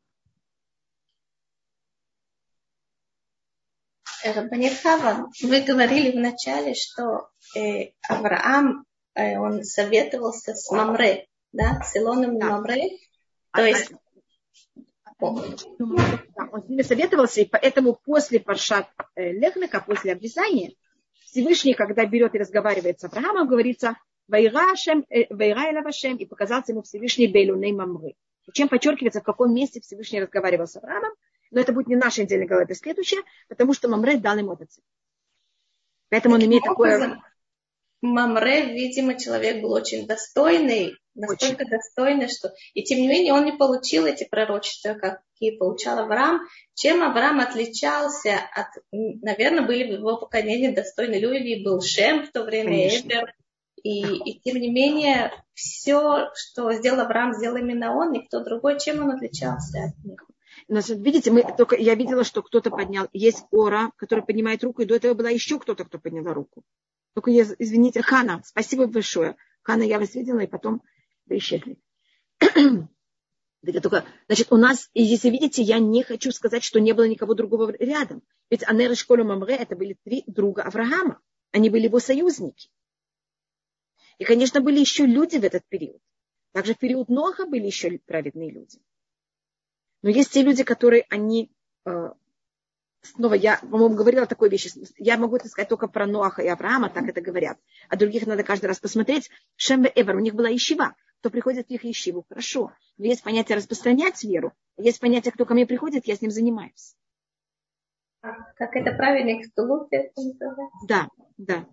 Рабанит Хава, вы говорили вначале, что э, Авраам, э, он советовался с Мамре, да, с Илоном да. Мамре. То а, есть... Да, он с ними советовался, и поэтому после Паршат Лех-Леха, после обрезания, Всевышний, когда берет и разговаривает с Авраамом, говорится «Вайра элав Ашем», и показался ему Всевышний Бейлуней Мамры. Чем подчеркивается, в каком месте Всевышний разговаривал с Авраамом, но это будет не наша недельная глава, это следующее, потому что Мамре дал ему этот цвет. Поэтому он имеет такое... Мамре, видимо, человек был очень достойный, настолько очень. достойный, что... И тем не менее он не получил эти пророчества, какие получал Авраам. Чем Авраам отличался от... Наверное, были в его поколении достойные люди, был Шем в то время, Эбер. И, и тем не менее, все, что сделал Авраам, сделал именно он, никто другой. Чем он отличался от них? Но, видите, мы только, я видела, что кто-то поднял. Есть Ора, который поднимает руку, и до этого была еще кто-то, кто подняла руку. Только, я, извините, Хана, спасибо большое. Хана, я вас видела, и потом вы исчезли. Только, значит, у нас, и если видите, я не хочу сказать, что не было никого другого рядом. Ведь Анер и Школа Мамре, это были три друга Авраама. Они были его союзники. И, конечно, были еще люди в этот период. Также в период Ноха были еще праведные люди. Но есть те люди, которые, они... Э, снова, я, по-моему, говорила такой вещи. Я могу это сказать только про Ноаха и Авраама, так это говорят. А других надо каждый раз посмотреть. Шем и Эвер, у них была ешива. Кто приходит в их ешиву, хорошо. Но есть понятие распространять веру. Есть понятие, кто ко мне приходит, я с ним занимаюсь. Как это правильник в Тулупе? Да, да.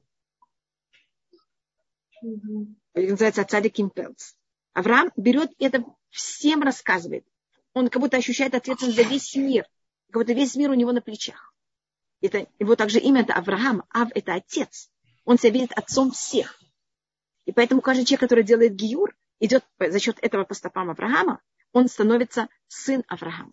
Угу. Это называется Цадик Импелс. Авраам берет и это всем рассказывает. Он как будто ощущает ответственность за весь мир. Как будто весь мир у него на плечах. Это, его также имя это Авраам. Ав это отец. Он себя видит отцом всех. И поэтому каждый человек, который делает гиюр, идет за счет этого по стопам Авраама, он становится сын Авраама.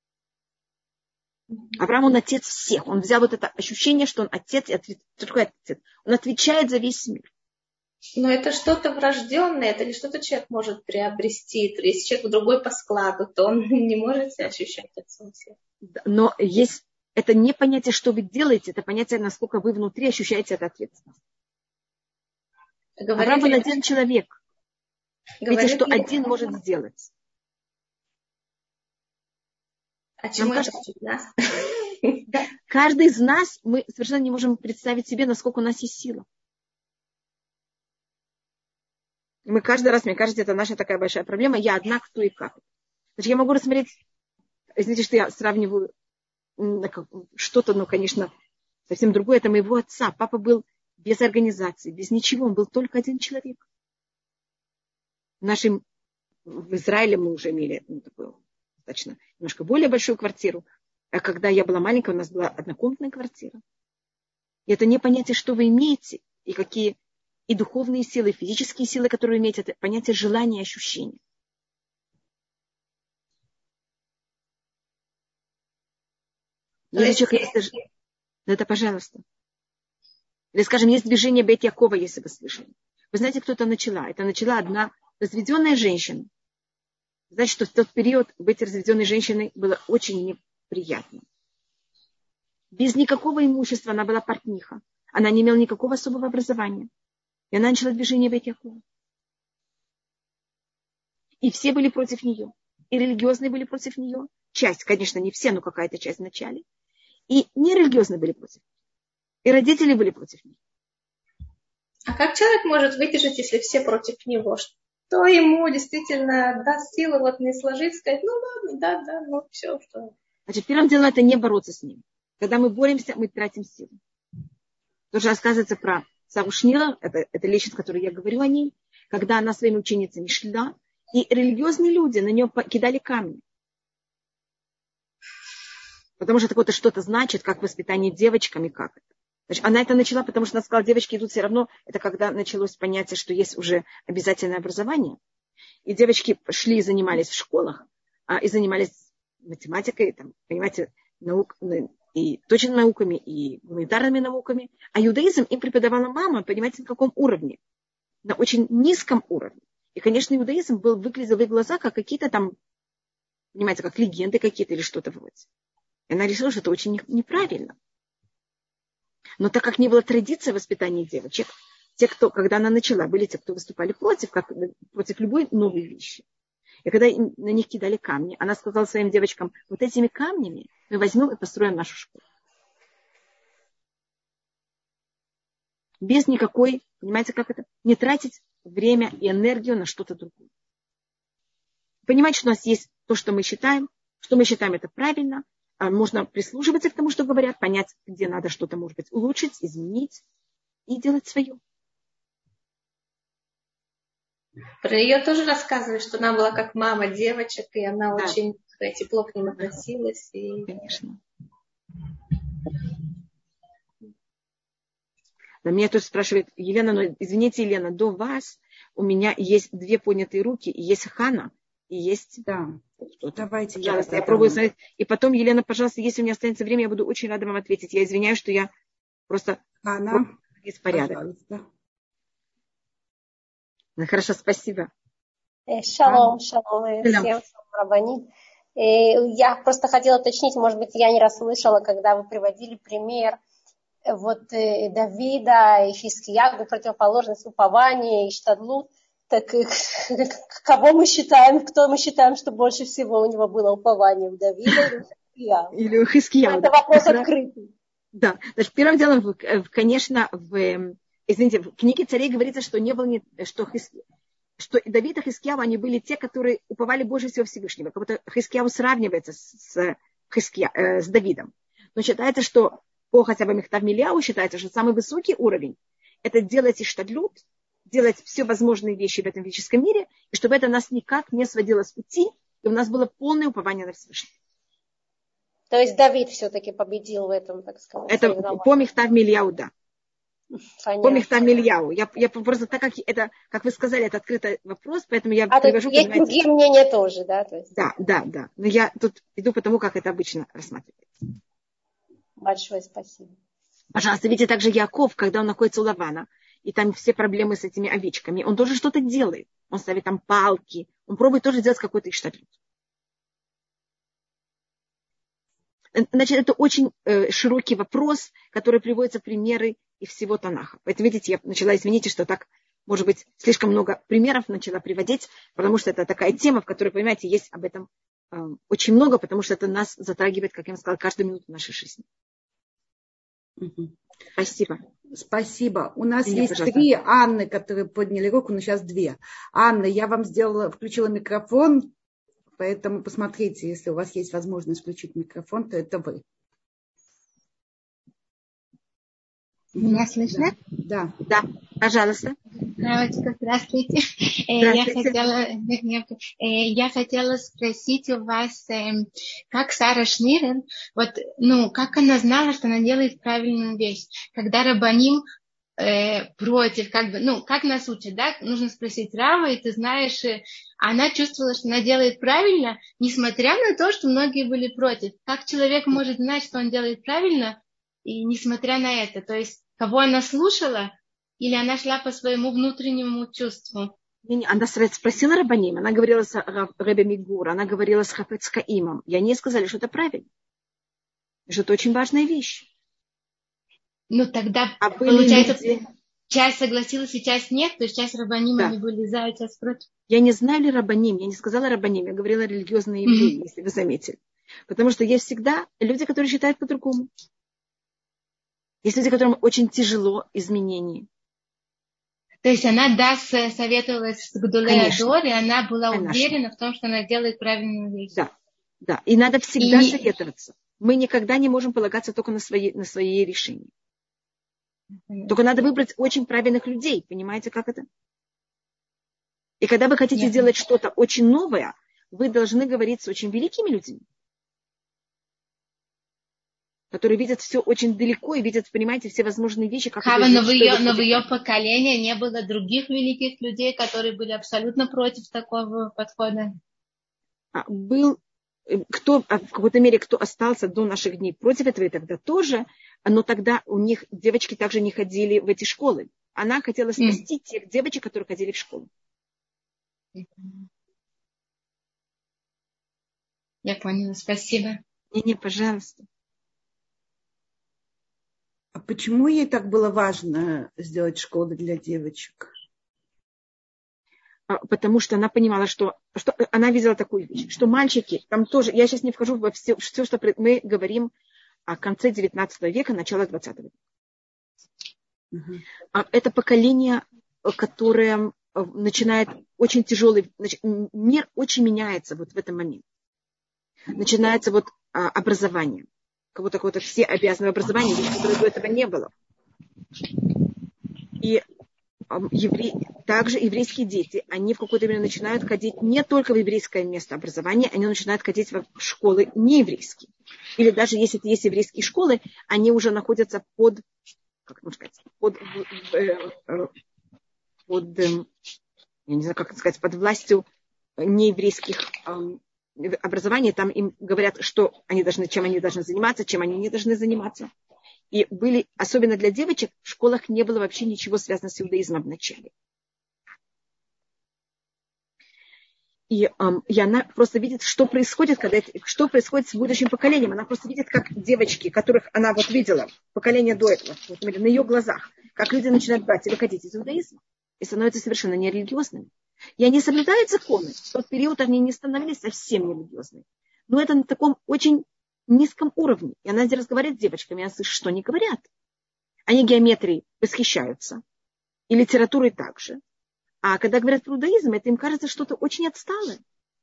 Авраам, он отец всех. Он взял вот это ощущение, что он отец. И ответ... Что такое отец? Он отвечает за весь мир. Но это что-то врожденное, это не что-то человек может приобрести. Если человек другой по складу, то он не может себя ощущать отцом всех. Но есть, это не понятие, что вы делаете, это понятие, насколько вы внутри ощущаете эту ответственность. Авраам был один человек. Видите, что один может сделать. А чему это учит нас? Каждый из нас, мы совершенно не можем представить себе, насколько у нас есть сила. Мы каждый раз, мне кажется, это наша такая большая проблема. Я одна, кто и как. Значит, я могу рассмотреть, извините, что я сравниваю что-то, ну, конечно, совсем другое. Это моего отца. Папа был без организации, без ничего. Он был только один человек. В нашем, в Израиле мы уже имели ну, такую достаточно немножко более большую квартиру. А когда я была маленькая, у нас была однокомнатная квартира. И это не понятие, что вы имеете, и какие и духовные силы, и физические силы, которые вы имеете, это понятие желания и ощущения. Если человек есть... Это, пожалуйста. Или, скажем, есть движение Бейт Якова, если вы слышали. Вы знаете, кто это начала? Это начала одна разведенная женщина. Значит, что в тот период быть разведенной женщиной было очень неприятно. Без никакого имущества она была портниха. Она не имела никакого особого образования. И она начала движение Бейт Якова. И все были против нее. И религиозные были против нее. Часть, конечно, не все, но какая-то часть в начале. И нерелигиозные были против. И родители были против нее. А как человек может выдержать, если все против него? Что ему действительно даст силы вот не сложить, сказать, ну ладно, да, да, ну все, что... Значит, первым делом это не бороться с ним. Когда мы боремся, мы тратим силы. Тоже рассказывается про Сару Шнира, это, это личность, о которой я говорю о ней, когда она своими ученицами шла, и религиозные люди на нее кидали камни. Потому что это что-то значит, как воспитание девочками, как это. Значит, она это начала, потому что она сказала, девочки идут все равно. Это когда началось понятие, что есть уже обязательное образование. И девочки шли и занимались в школах, а, и занимались математикой, там, понимаете, наук, и точными науками, и гуманитарными науками. А иудаизм им преподавала мама, понимаете, на каком уровне? На очень низком уровне. И, конечно, иудаизм был, выглядел в их глазах как какие-то там, понимаете, как легенды какие-то или что-то вроде. И она решила, что это очень неправильно. Но так как не было традиции воспитания девочек, те, кто, когда она начала, были те, кто выступали против, как, против любой новой вещи. И когда на них кидали камни, она сказала своим девочкам, вот этими камнями мы возьмем и построим нашу школу. Без никакой, понимаете, как это? Не тратить время и энергию на что-то другое. Понимать, что у нас есть то, что мы считаем, что мы считаем это правильно, можно прислушиваться к тому, что говорят, понять, где надо что-то, может быть, улучшить, изменить и делать свое. Про ее тоже рассказывают, что она была как мама девочек, и она да. очень тепло к ним относилась. И... Конечно. Да, меня тут спрашивает Елена, но извините, Елена, до вас у меня есть две поднятые руки, и есть Хана, и есть... Да. Что-то. Давайте, пожалуйста, я, я пробую смотреть. И потом, Елена, пожалуйста, если у меня останется время, я буду очень рада вам ответить. Я извиняюсь, что я просто Она из порядка. Ну, хорошо, спасибо. Шалом, шалом всем, рабанит. Я просто хотела уточнить, может быть, я не расслышала, когда вы приводили пример вот Давида и Хискиягу, противоположность упования и штадлут. Так кого мы считаем, кто мы считаем, что больше всего у него было упование, у Давида или у Хискияу? Или у Хискияу. Это вопрос открытый. Да, значит, первым делом, конечно, в, извините, в книге царей говорится, что не было, не, что, Хиски, что Давид и Хискияу, они были те, которые уповали больше всего Всевышнего. Как будто Хискияу сравнивается с, Хиския, э, с Давидом. Но считается, что по хотя бы Михтав Мильяу считается, что самый высокий уровень – это делать иштадлут, делать все возможные вещи в этом физическом мире, и чтобы это нас никак не сводило с пути, и у нас было полное упование на Всевышнего. То есть Давид все-таки победил в этом, так сказать. Это по Михтав Мильяу, да. Понятно. По Михтав Мильяу. Я, я просто, так как это, как вы сказали, это открытый вопрос, поэтому я а привожу... А есть другие мнения тоже, да? То есть... Да, да, да. Но я тут иду по тому, как это обычно рассматривается. Большое спасибо. Пожалуйста, видите, также Яков, когда он находится у Лавана, и там все проблемы с этими овечками, он тоже что-то делает. Он ставит там палки, он пробует тоже делать какой-то иштадлут. Значит, это очень э, широкий вопрос, который приводится в примеры и всего Танаха. Поэтому, видите, я начала, извините, что так, может быть, слишком много примеров начала приводить, потому что это такая тема, в которой, понимаете, есть об этом э, очень много, потому что это нас затрагивает, как я вам сказала, каждую минуту нашей жизни. Угу. Спасибо. Спасибо. У нас Меня, есть пожалуйста. три Анны, которые подняли руку, но сейчас две. Анна, я вам сделала, включила микрофон, поэтому посмотрите, если у вас есть возможность включить микрофон, то это вы. Меня слышно? Да. Да, пожалуйста. Здравствуйте. Здравствуйте. Я хотела, я хотела спросить у вас, как Сара Шнирен, вот, ну, как она знала, что она делает правильную вещь, когда рабаним э, против, как бы, ну, как нас учат, да, нужно спросить Рава, и ты знаешь, она чувствовала, что она делает правильно, несмотря на то, что многие были против. Как человек может знать, что он делает правильно, и несмотря на это, то есть кого она слушала, или она шла по своему внутреннему чувству? Она спросила рабаним, она говорила с Ребе Мигур, она говорила с Хафец Хаимом, и они сказали, что это правильно, что это очень важная вещь. Ну тогда а получается... Люди, часть согласилась и часть нет, то есть часть рабаним Да. они были за, а часть против. Я не знаю ли рабаним, я не сказала рабаним, я говорила религиозные евреи, mm-hmm. если вы заметили. Потому что есть всегда люди, которые считают по-другому. Есть люди, которым очень тяжело изменения. То есть она да, советовалась с Гдулей Адор, и она была Конечно. уверена в том, что она делает правильную вещь. Да, да. И надо всегда и... советоваться. Мы никогда не можем полагаться только на свои, на свои решения. Понятно. Только надо выбрать очень правильных людей. Понимаете, как это? И когда вы хотите Нет. делать что-то очень новое, вы должны говорить с очень великими людьми, которые видят все очень далеко и видят, понимаете, все возможные вещи. Как Хава, это но, в ее, но в ее поколении не было других великих людей, которые были абсолютно против такого подхода? Был, кто, в какой-то мере, кто остался до наших дней против этого, и тогда тоже, но тогда у них девочки также не ходили в эти школы. Она хотела спасти mm. тех девочек, которые ходили в школу. Я поняла, спасибо. Не-не, пожалуйста. А почему ей так было важно сделать школу для девочек? Потому что она понимала, что, что она видела такую вещь, что мальчики, там тоже, я сейчас не вхожу во все, все, что мы говорим о конце девятнадцатого века, начало двадцатого века. Uh-huh. Это поколение, которое начинает очень тяжелый, мир очень меняется вот в этот момент. Начинается вот образование. Как будто какое-то все обязаны образование, которое до этого не было. И евре... также еврейские дети, они в какой-то мере начинают ходить не только в еврейское место образования, они начинают ходить в школы нееврейские. Или даже если это есть еврейские школы, они уже находятся под, как можно сказать, под, под я не знаю, как сказать, под властью нееврейских образований. Там им говорят, что они должны, чем они должны заниматься, чем они не должны заниматься. И были, особенно для девочек, в школах не было вообще ничего связанного с иудаизмом вначале. И, эм, и она просто видит, что происходит, когда это, что происходит с будущим поколением. Она просто видит, как девочки, которых она вот видела, поколение до этого, вот, на ее глазах, как люди начинают брать и выходить из иудаизма и становятся совершенно нерелигиозными. И они соблюдают законы. В тот период они не становились совсем нерелигиозными. Но это на таком очень низком уровне. И она здесь разговаривает с девочками, она слышит, что они говорят. Они геометрией восхищаются. И литературой также. А когда говорят про иудаизм, это им кажется что-то очень отсталое.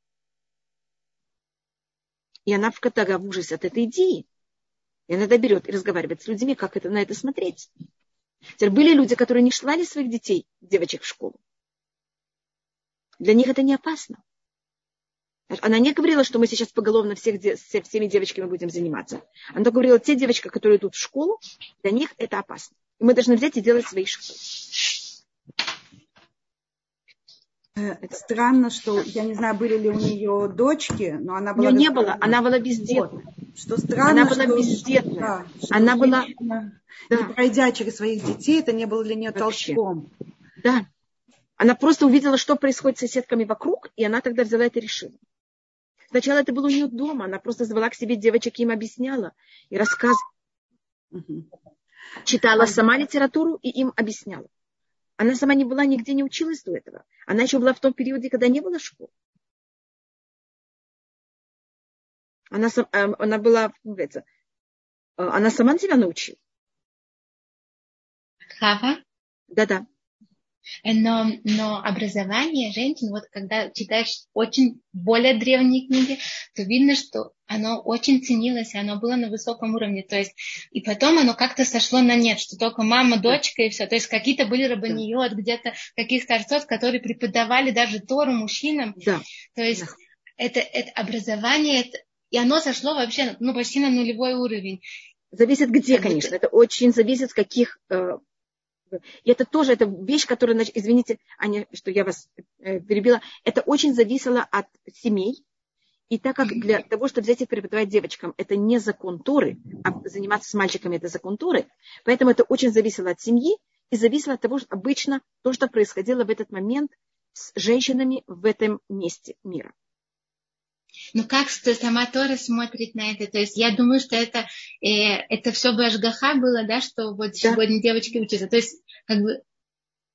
И она в катага в ужасе от этой идеи. И она берет и разговаривает с людьми, как это, на это смотреть. Теперь были люди, которые не шлали своих детей, девочек, в школу. Для них это не опасно. Она не говорила, что мы сейчас поголовно всех, со всеми девочками будем заниматься. Она говорила, те девочки, которые идут в школу, для них это опасно. И мы должны взять и делать свои школы. Это странно, что, я не знаю, были ли у нее дочки, но она была... У нее не было, она была бездетна. Вот. Что странно, она была что, бездетная. Да, что она была... Да. Не пройдя через своих детей, это не было для нее вообще толчком. Да. Она просто увидела, что происходит с соседками вокруг, и она тогда взяла это решение. Сначала это было у нее дома, она просто звала к себе девочек, им объясняла и рассказывала. Угу. Читала сама литературу и им объясняла. Она сама не была, нигде не училась до этого. Она еще была в том периоде, когда не было школ. Она, она была, она сама себя научила. Хава? Да-да. Но, но образование женщин, вот когда читаешь очень более древние книги, то видно, что оно очень ценилось, и оно было на высоком уровне. То есть, и потом оно как-то сошло на нет, что только мама, дочка и все. То есть какие-то были рабаниот, где-то каких-то отцов, которые преподавали даже Тору мужчинам. Да. То есть да. это, это образование, это, и оно сошло вообще ну, почти на нулевой уровень. Зависит где, конечно. Это очень зависит, в каких... И это тоже это вещь, которая, извините, Аня, что я вас э, перебила, это очень зависело от семей. И так как для того, чтобы взять и преподавать девочкам, это не закон Торы, а заниматься с мальчиками это закон Торы, поэтому это очень зависело от семьи и зависело от того, что обычно то, что происходило в этот момент с женщинами в этом месте мира. Ну как сама Тора смотрит на это? То есть я думаю, что это, э, это все бы ашгаха было, да, что вот да. сегодня девочки учатся. То есть как бы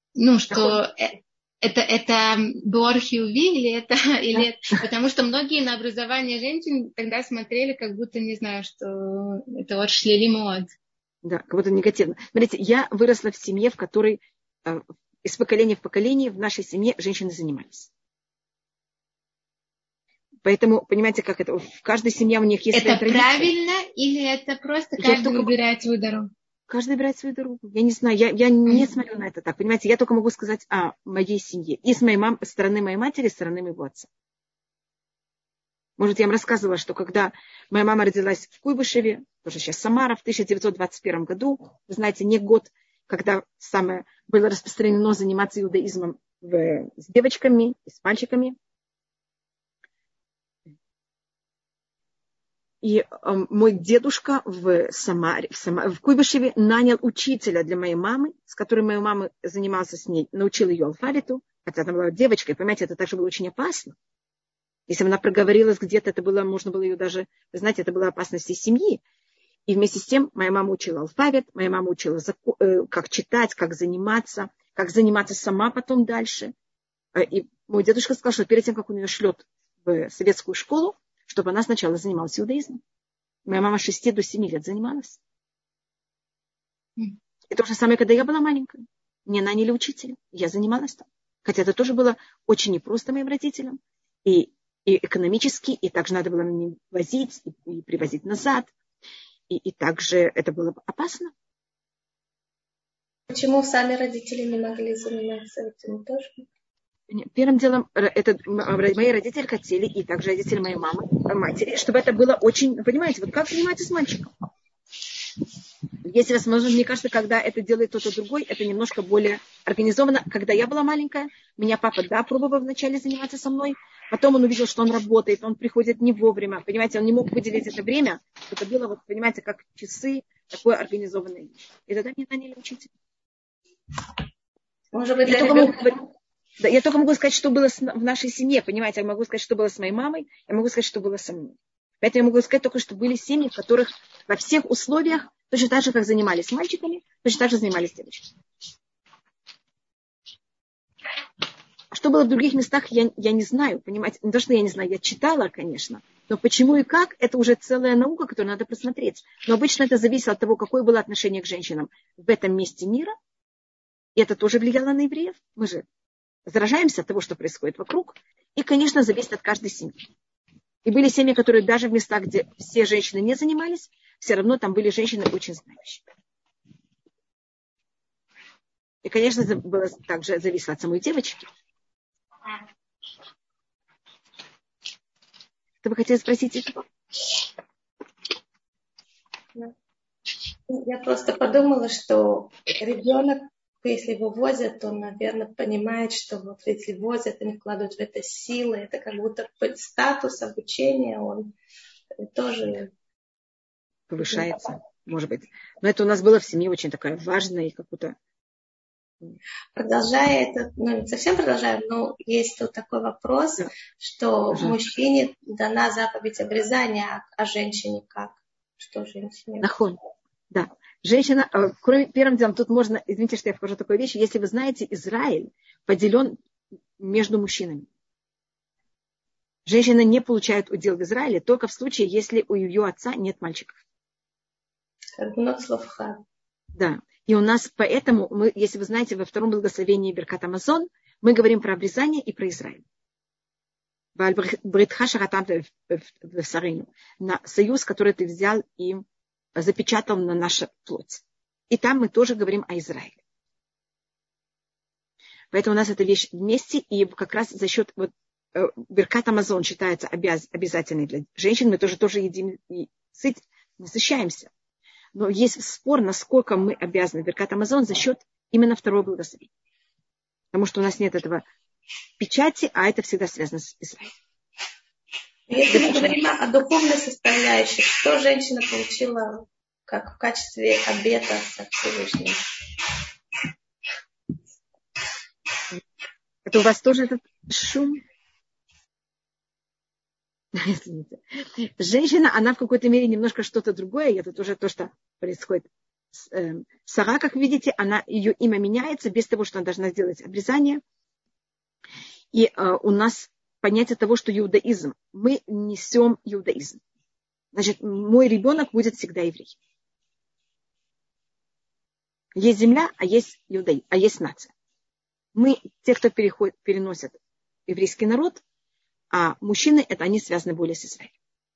ну, что это, это Борхиуви или это, или это, потому что многие на образование женщин тогда смотрели, как будто, не знаю, что это вот шлелимот. Да, как будто негативно. Смотрите, я выросла в семье, в которой э, из поколения в поколение в нашей семье женщины занимались. Поэтому, понимаете, как это? В каждой семье у них есть это своя правильно или это просто каждый только... выбирает свою дорогу? Каждый выбирает свою дорогу. Я не знаю, я, я не смотрю на это так. Понимаете, я только могу сказать о моей семье. И с моей мам, с стороны моей матери, и с стороны моего отца. Может, я вам рассказывала, что когда моя мама родилась в Куйбышеве, тоже сейчас Самара, в тысяча девятьсот двадцать первом году, вы знаете, не год, когда самое было распространено заниматься иудаизмом в, с девочками и с мальчиками. И э, мой дедушка в Самаре, в, Самаре, в Куйбышеве нанял учителя для моей мамы, с которой моя мама занимался с ней, научил ее алфавиту, хотя она была девочкой, понимаете, это также было очень опасно. Если она проговорилась где-то, это было, можно было ее даже, вы знаете, это была опасность всей семьи. И вместе с тем моя мама учила алфавит, моя мама учила, э, как читать, как заниматься, как заниматься сама потом дальше. И мой дедушка сказал, что перед тем, как он ее шлет в советскую школу, чтобы она сначала занималась иудаизмом. Моя мама с шести до семи лет занималась. Mm. И то же самое, когда я была маленькая. Мне наняли учителя, я занималась там. Хотя это тоже было очень непросто моим родителям. И, и экономически, и также надо было меня возить, и, и привозить назад. И, и также это было опасно. Почему сами родители не могли заниматься этим тоже? Первым делом, это мои родители хотели, и также родители моей мамы, матери, чтобы это было очень, понимаете, вот как заниматься с мальчиком. Если возможно, мне кажется, когда это делает кто-то другой, это немножко более организованно. Когда я была маленькая, меня папа, да, пробовал вначале заниматься со мной, потом он увидел, что он работает, он приходит не вовремя, понимаете, он не мог выделить это время, это было, вот, понимаете, как часы, такое организованное. И тогда мне наняли учителя. Может быть, я, только могу, да, я только могу сказать, что было с, в нашей семье, понимаете, я могу сказать, что было с моей мамой, я могу сказать, что было со мной. Поэтому я могу сказать только, что были семьи, в которых во всех условиях, точно так же, как занимались мальчиками, точно так же занимались девочками. А что было в других местах, я, я не знаю, понимаете, не то, что я не знаю, я читала, конечно, но почему и как, это уже целая наука, которую надо просмотреть. Но обычно это зависело от того, какое было отношение к женщинам в этом месте мира, и это тоже влияло на евреев. Мы же заражаемся от того, что происходит вокруг, и, конечно, зависит от каждой семьи. И были семьи, которые даже в местах, где все женщины не занимались, все равно там были женщины очень знающие. И, конечно, это было также зависело от самой девочки. Что вы хотели спросить? Я просто подумала, что ребенок, если его возят, он, наверное, понимает, что вот если возят, они вкладывают в это силы, это как будто статус обучения, он тоже повышается, может быть. Но это у нас было в семье очень такая важная и как-то... Продолжая это, ну не совсем продолжаем, но есть тут такой вопрос, да. что Пожалуйста. Мужчине дана заповедь обрезания, а женщине как? Что женщине? Нахон. Да. Женщина, кроме первым делом, тут можно, извините, что я вхожу в такую вещь, если вы знаете, Израиль поделен между мужчинами. Женщина не получает удел в Израиле только в случае, если у ее отца нет мальчиков. Да. И у нас поэтому, мы, если вы знаете, во втором благословении Беркат Амазон, мы говорим про обрезание и про Израиль. На союз, который ты взял и запечатал на нашу плоть. И там мы тоже говорим о Израиле. Поэтому у нас эта вещь вместе, и как раз за счет вот, Беркат Амазон считается обяз, обязательной для женщин. Мы тоже, тоже едим и сыт, насыщаемся. Но есть спор, насколько мы обязаны Беркат Амазон за счет именно второго благословения. Потому что у нас нет этого печати, а это всегда связано с Израилем. Если мы говорим о духовной составляющей, что женщина получила как в качестве обета со Всевышним? Это у вас тоже этот шум? Женщина, она в какой-то мере немножко что-то другое, и это тоже то, что происходит Сара, как видите, она, ее имя меняется без того, что она должна сделать обрезание. И э, у нас понятие того, что иудаизм, мы несем иудаизм. Значит, мой ребенок будет всегда еврей. Есть земля, а есть иудаизм, а есть нация. Мы, те, кто переходит, переносят еврейский народ, а мужчины, это они связаны более с Израилем.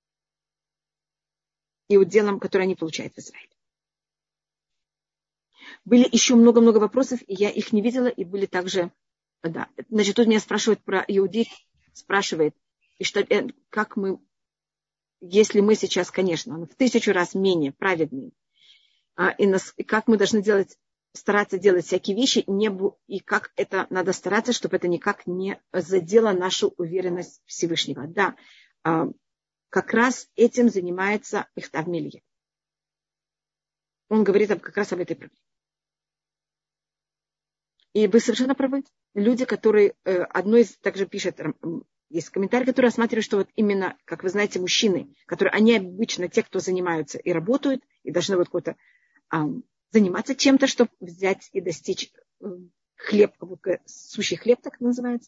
И уделом, который они получают в Израиле. Были еще много-много вопросов, и я их не видела, и были также, да. Значит, тут меня спрашивают про иудеев, спрашивает, и что, как мы, если мы сейчас, конечно, в тысячу раз менее праведные, а, и, нас, и как мы должны делать, стараться делать всякие вещи, не, и как это надо стараться, чтобы это никак не задело нашу уверенность Всевышнего. Да, а, как раз этим занимается Михтав Милье. Он говорит как раз об этой проблеме. И вы совершенно правы. Люди, которые, одно из, также пишет, есть комментарий, который рассматривает, что вот именно, как вы знаете, мужчины, которые, они обычно те, кто занимаются и работают, и должны вот какой-то а, заниматься чем-то, чтобы взять и достичь хлеб, сущий хлеб, так называется.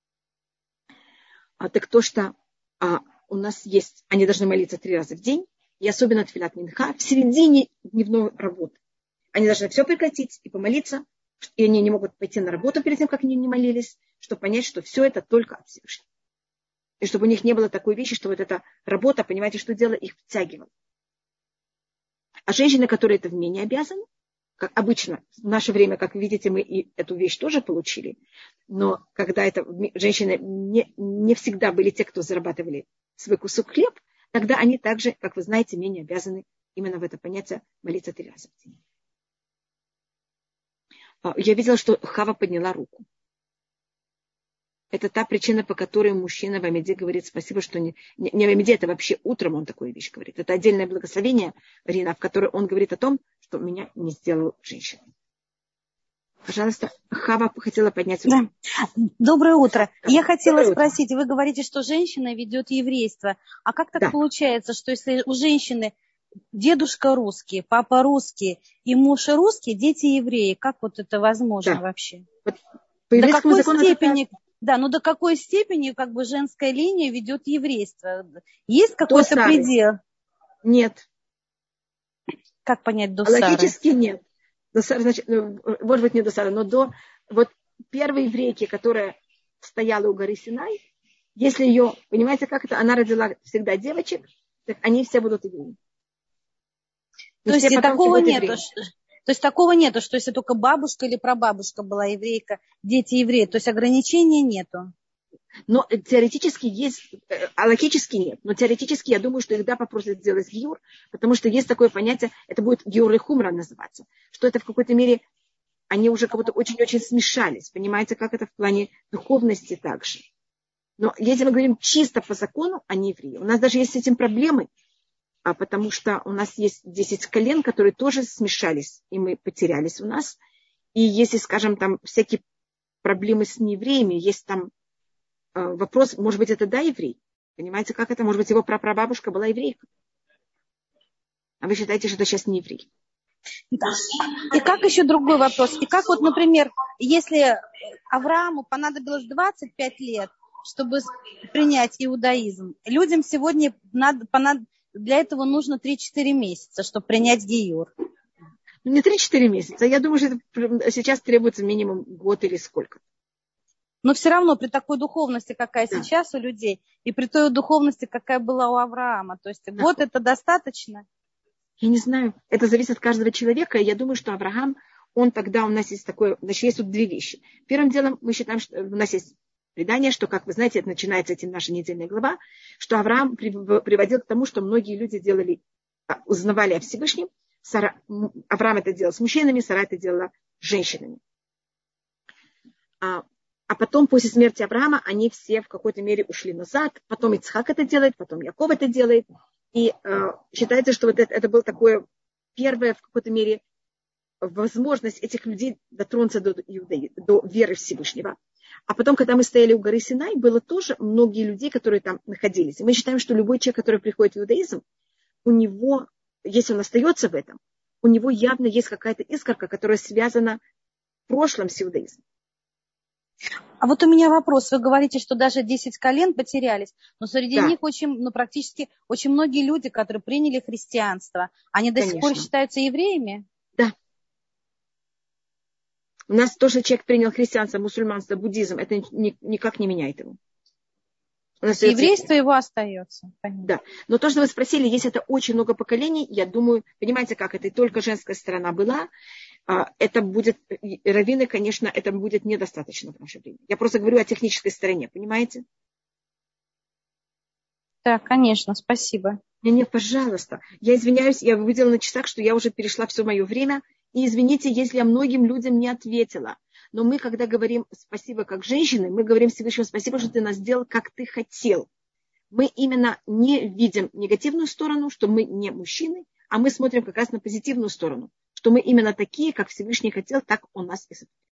А, так то, что а, у нас есть, они должны молиться три раза в день, и особенно тфилат минха, в середине дневной работы. Они должны все прекратить и помолиться, и они не могут пойти на работу перед тем, как они не молились, чтобы понять, что все это только от Всевышнего. И чтобы у них не было такой вещи, что вот эта работа, понимаете, что дело, их втягивала. А женщины, которые это в менее обязаны, как обычно, в наше время, как видите, мы и эту вещь тоже получили, но когда это женщины не, не всегда были те, кто зарабатывали свой кусок хлеб, тогда они также, как вы знаете, менее обязаны именно в это понятие молиться три раза в день. Я видела, что Хава подняла руку. Это та причина, по которой мужчина в Амиде говорит спасибо, что не, не, не в Амиде, это вообще утром он такую вещь говорит. Это отдельное благословение, Рина, в которой он говорит о том, что меня не сделал женщина. Пожалуйста, Хава хотела поднять руку. Да. Доброе утро. Я хотела Доброе спросить, утро. Вы говорите, что женщина ведет еврейство. А как так да. получается, что если у женщины дедушка русский, папа русский и муж русский, дети евреи. Как вот это возможно да. вообще? Вот, по до какой степени, это... да, ну до какой степени как бы женская линия ведет еврейство? Есть какой-то предел? Нет. Как понять до Сары? Логически нет. До Сары, значит, может быть, не до Сары, но до вот первой еврейки, которая стояла у горы Синай, если ее, понимаете, как это, она родила всегда девочек, так они все будут евреи. То есть, такого нету, то есть такого нету, что если только бабушка или прабабушка была еврейка, дети евреи, то есть ограничений нету. Но теоретически есть, а логически нет. Но теоретически я думаю, что иногда попросят сделать гиур, потому что есть такое понятие, это будет гиур и хумра называться, что это в какой-то мере, они уже как будто очень-очень смешались. Понимаете, как это в плане духовности также. Но если мы говорим чисто по закону, они евреи. У нас даже есть с этим проблемы. А потому что у нас есть десять колен, которые тоже смешались, и мы потерялись у нас. И если, скажем, там всякие проблемы с неевреями, есть там э, вопрос, может быть, это да, еврей? Понимаете, как это? Может быть, его прапрабабушка была еврейка? А вы считаете, что это сейчас не еврей? Да. И как еще другой вопрос? И как вот, например, если Аврааму понадобилось двадцать пять лет, чтобы принять иудаизм, людям сегодня надо, понадобилось для этого нужно три-четыре месяца, чтобы принять гиюр. Не три-четыре месяца. Я думаю, что это сейчас требуется минимум год или сколько. Но все равно при такой духовности, какая да. сейчас у людей, и при той духовности, какая была у Авраама. То есть год да. это достаточно? Я не знаю. Это зависит от каждого человека. Я думаю, что Авраам, он тогда у нас есть такое... Значит, есть тут две вещи. Первым делом мы считаем, что у нас есть... предание, что, как вы знаете, это начинается этим наша недельная глава, что Авраам приводил к тому, что многие люди делали, узнавали о Всевышнем. Сара, Авраам это делал с мужчинами, Сара это делала с женщинами. А, а потом, после смерти Авраама, они все в какой-то мере ушли назад. Потом Ицхак это делает, потом Яков это делает. И э, считается, что вот это, это было такое первое, в какой-то мере, возможность этих людей дотронуться до, до веры Всевышнего. А потом, когда мы стояли у горы Синай, было тоже многие людей, которые там находились. И мы считаем, что любой человек, который приходит в иудаизм, у него, если он остается в этом, у него явно есть какая-то искорка, которая связана в прошлом с иудаизмом. А вот у меня вопрос. Вы говорите, что даже десять колен потерялись, но среди Да. них очень, ну, практически очень многие люди, которые приняли христианство, они до Конечно. сих пор считаются евреями? Да. У нас тоже человек принял христианство, мусульманство, буддизм. Это ни, никак не меняет его. У нас Еврейство его остается. Понятно. Да. Но то, что вы спросили, есть это очень много поколений. Я думаю, понимаете, как это? И только женская сторона была. Это будет, раввины, конечно, это будет недостаточно в наше время. Я просто говорю о технической стороне, понимаете? Да, конечно, спасибо. Не, не, пожалуйста. Я извиняюсь, я увидела на часах, что я уже перешла все мое время. И извините, если я многим людям не ответила. Но мы, когда говорим спасибо как женщины, мы говорим Всевышнему спасибо, что ты нас сделал, как ты хотел. Мы именно не видим негативную сторону, что мы не мужчины, а мы смотрим как раз на позитивную сторону, что мы именно такие, как Всевышний хотел, так он нас и сотворил.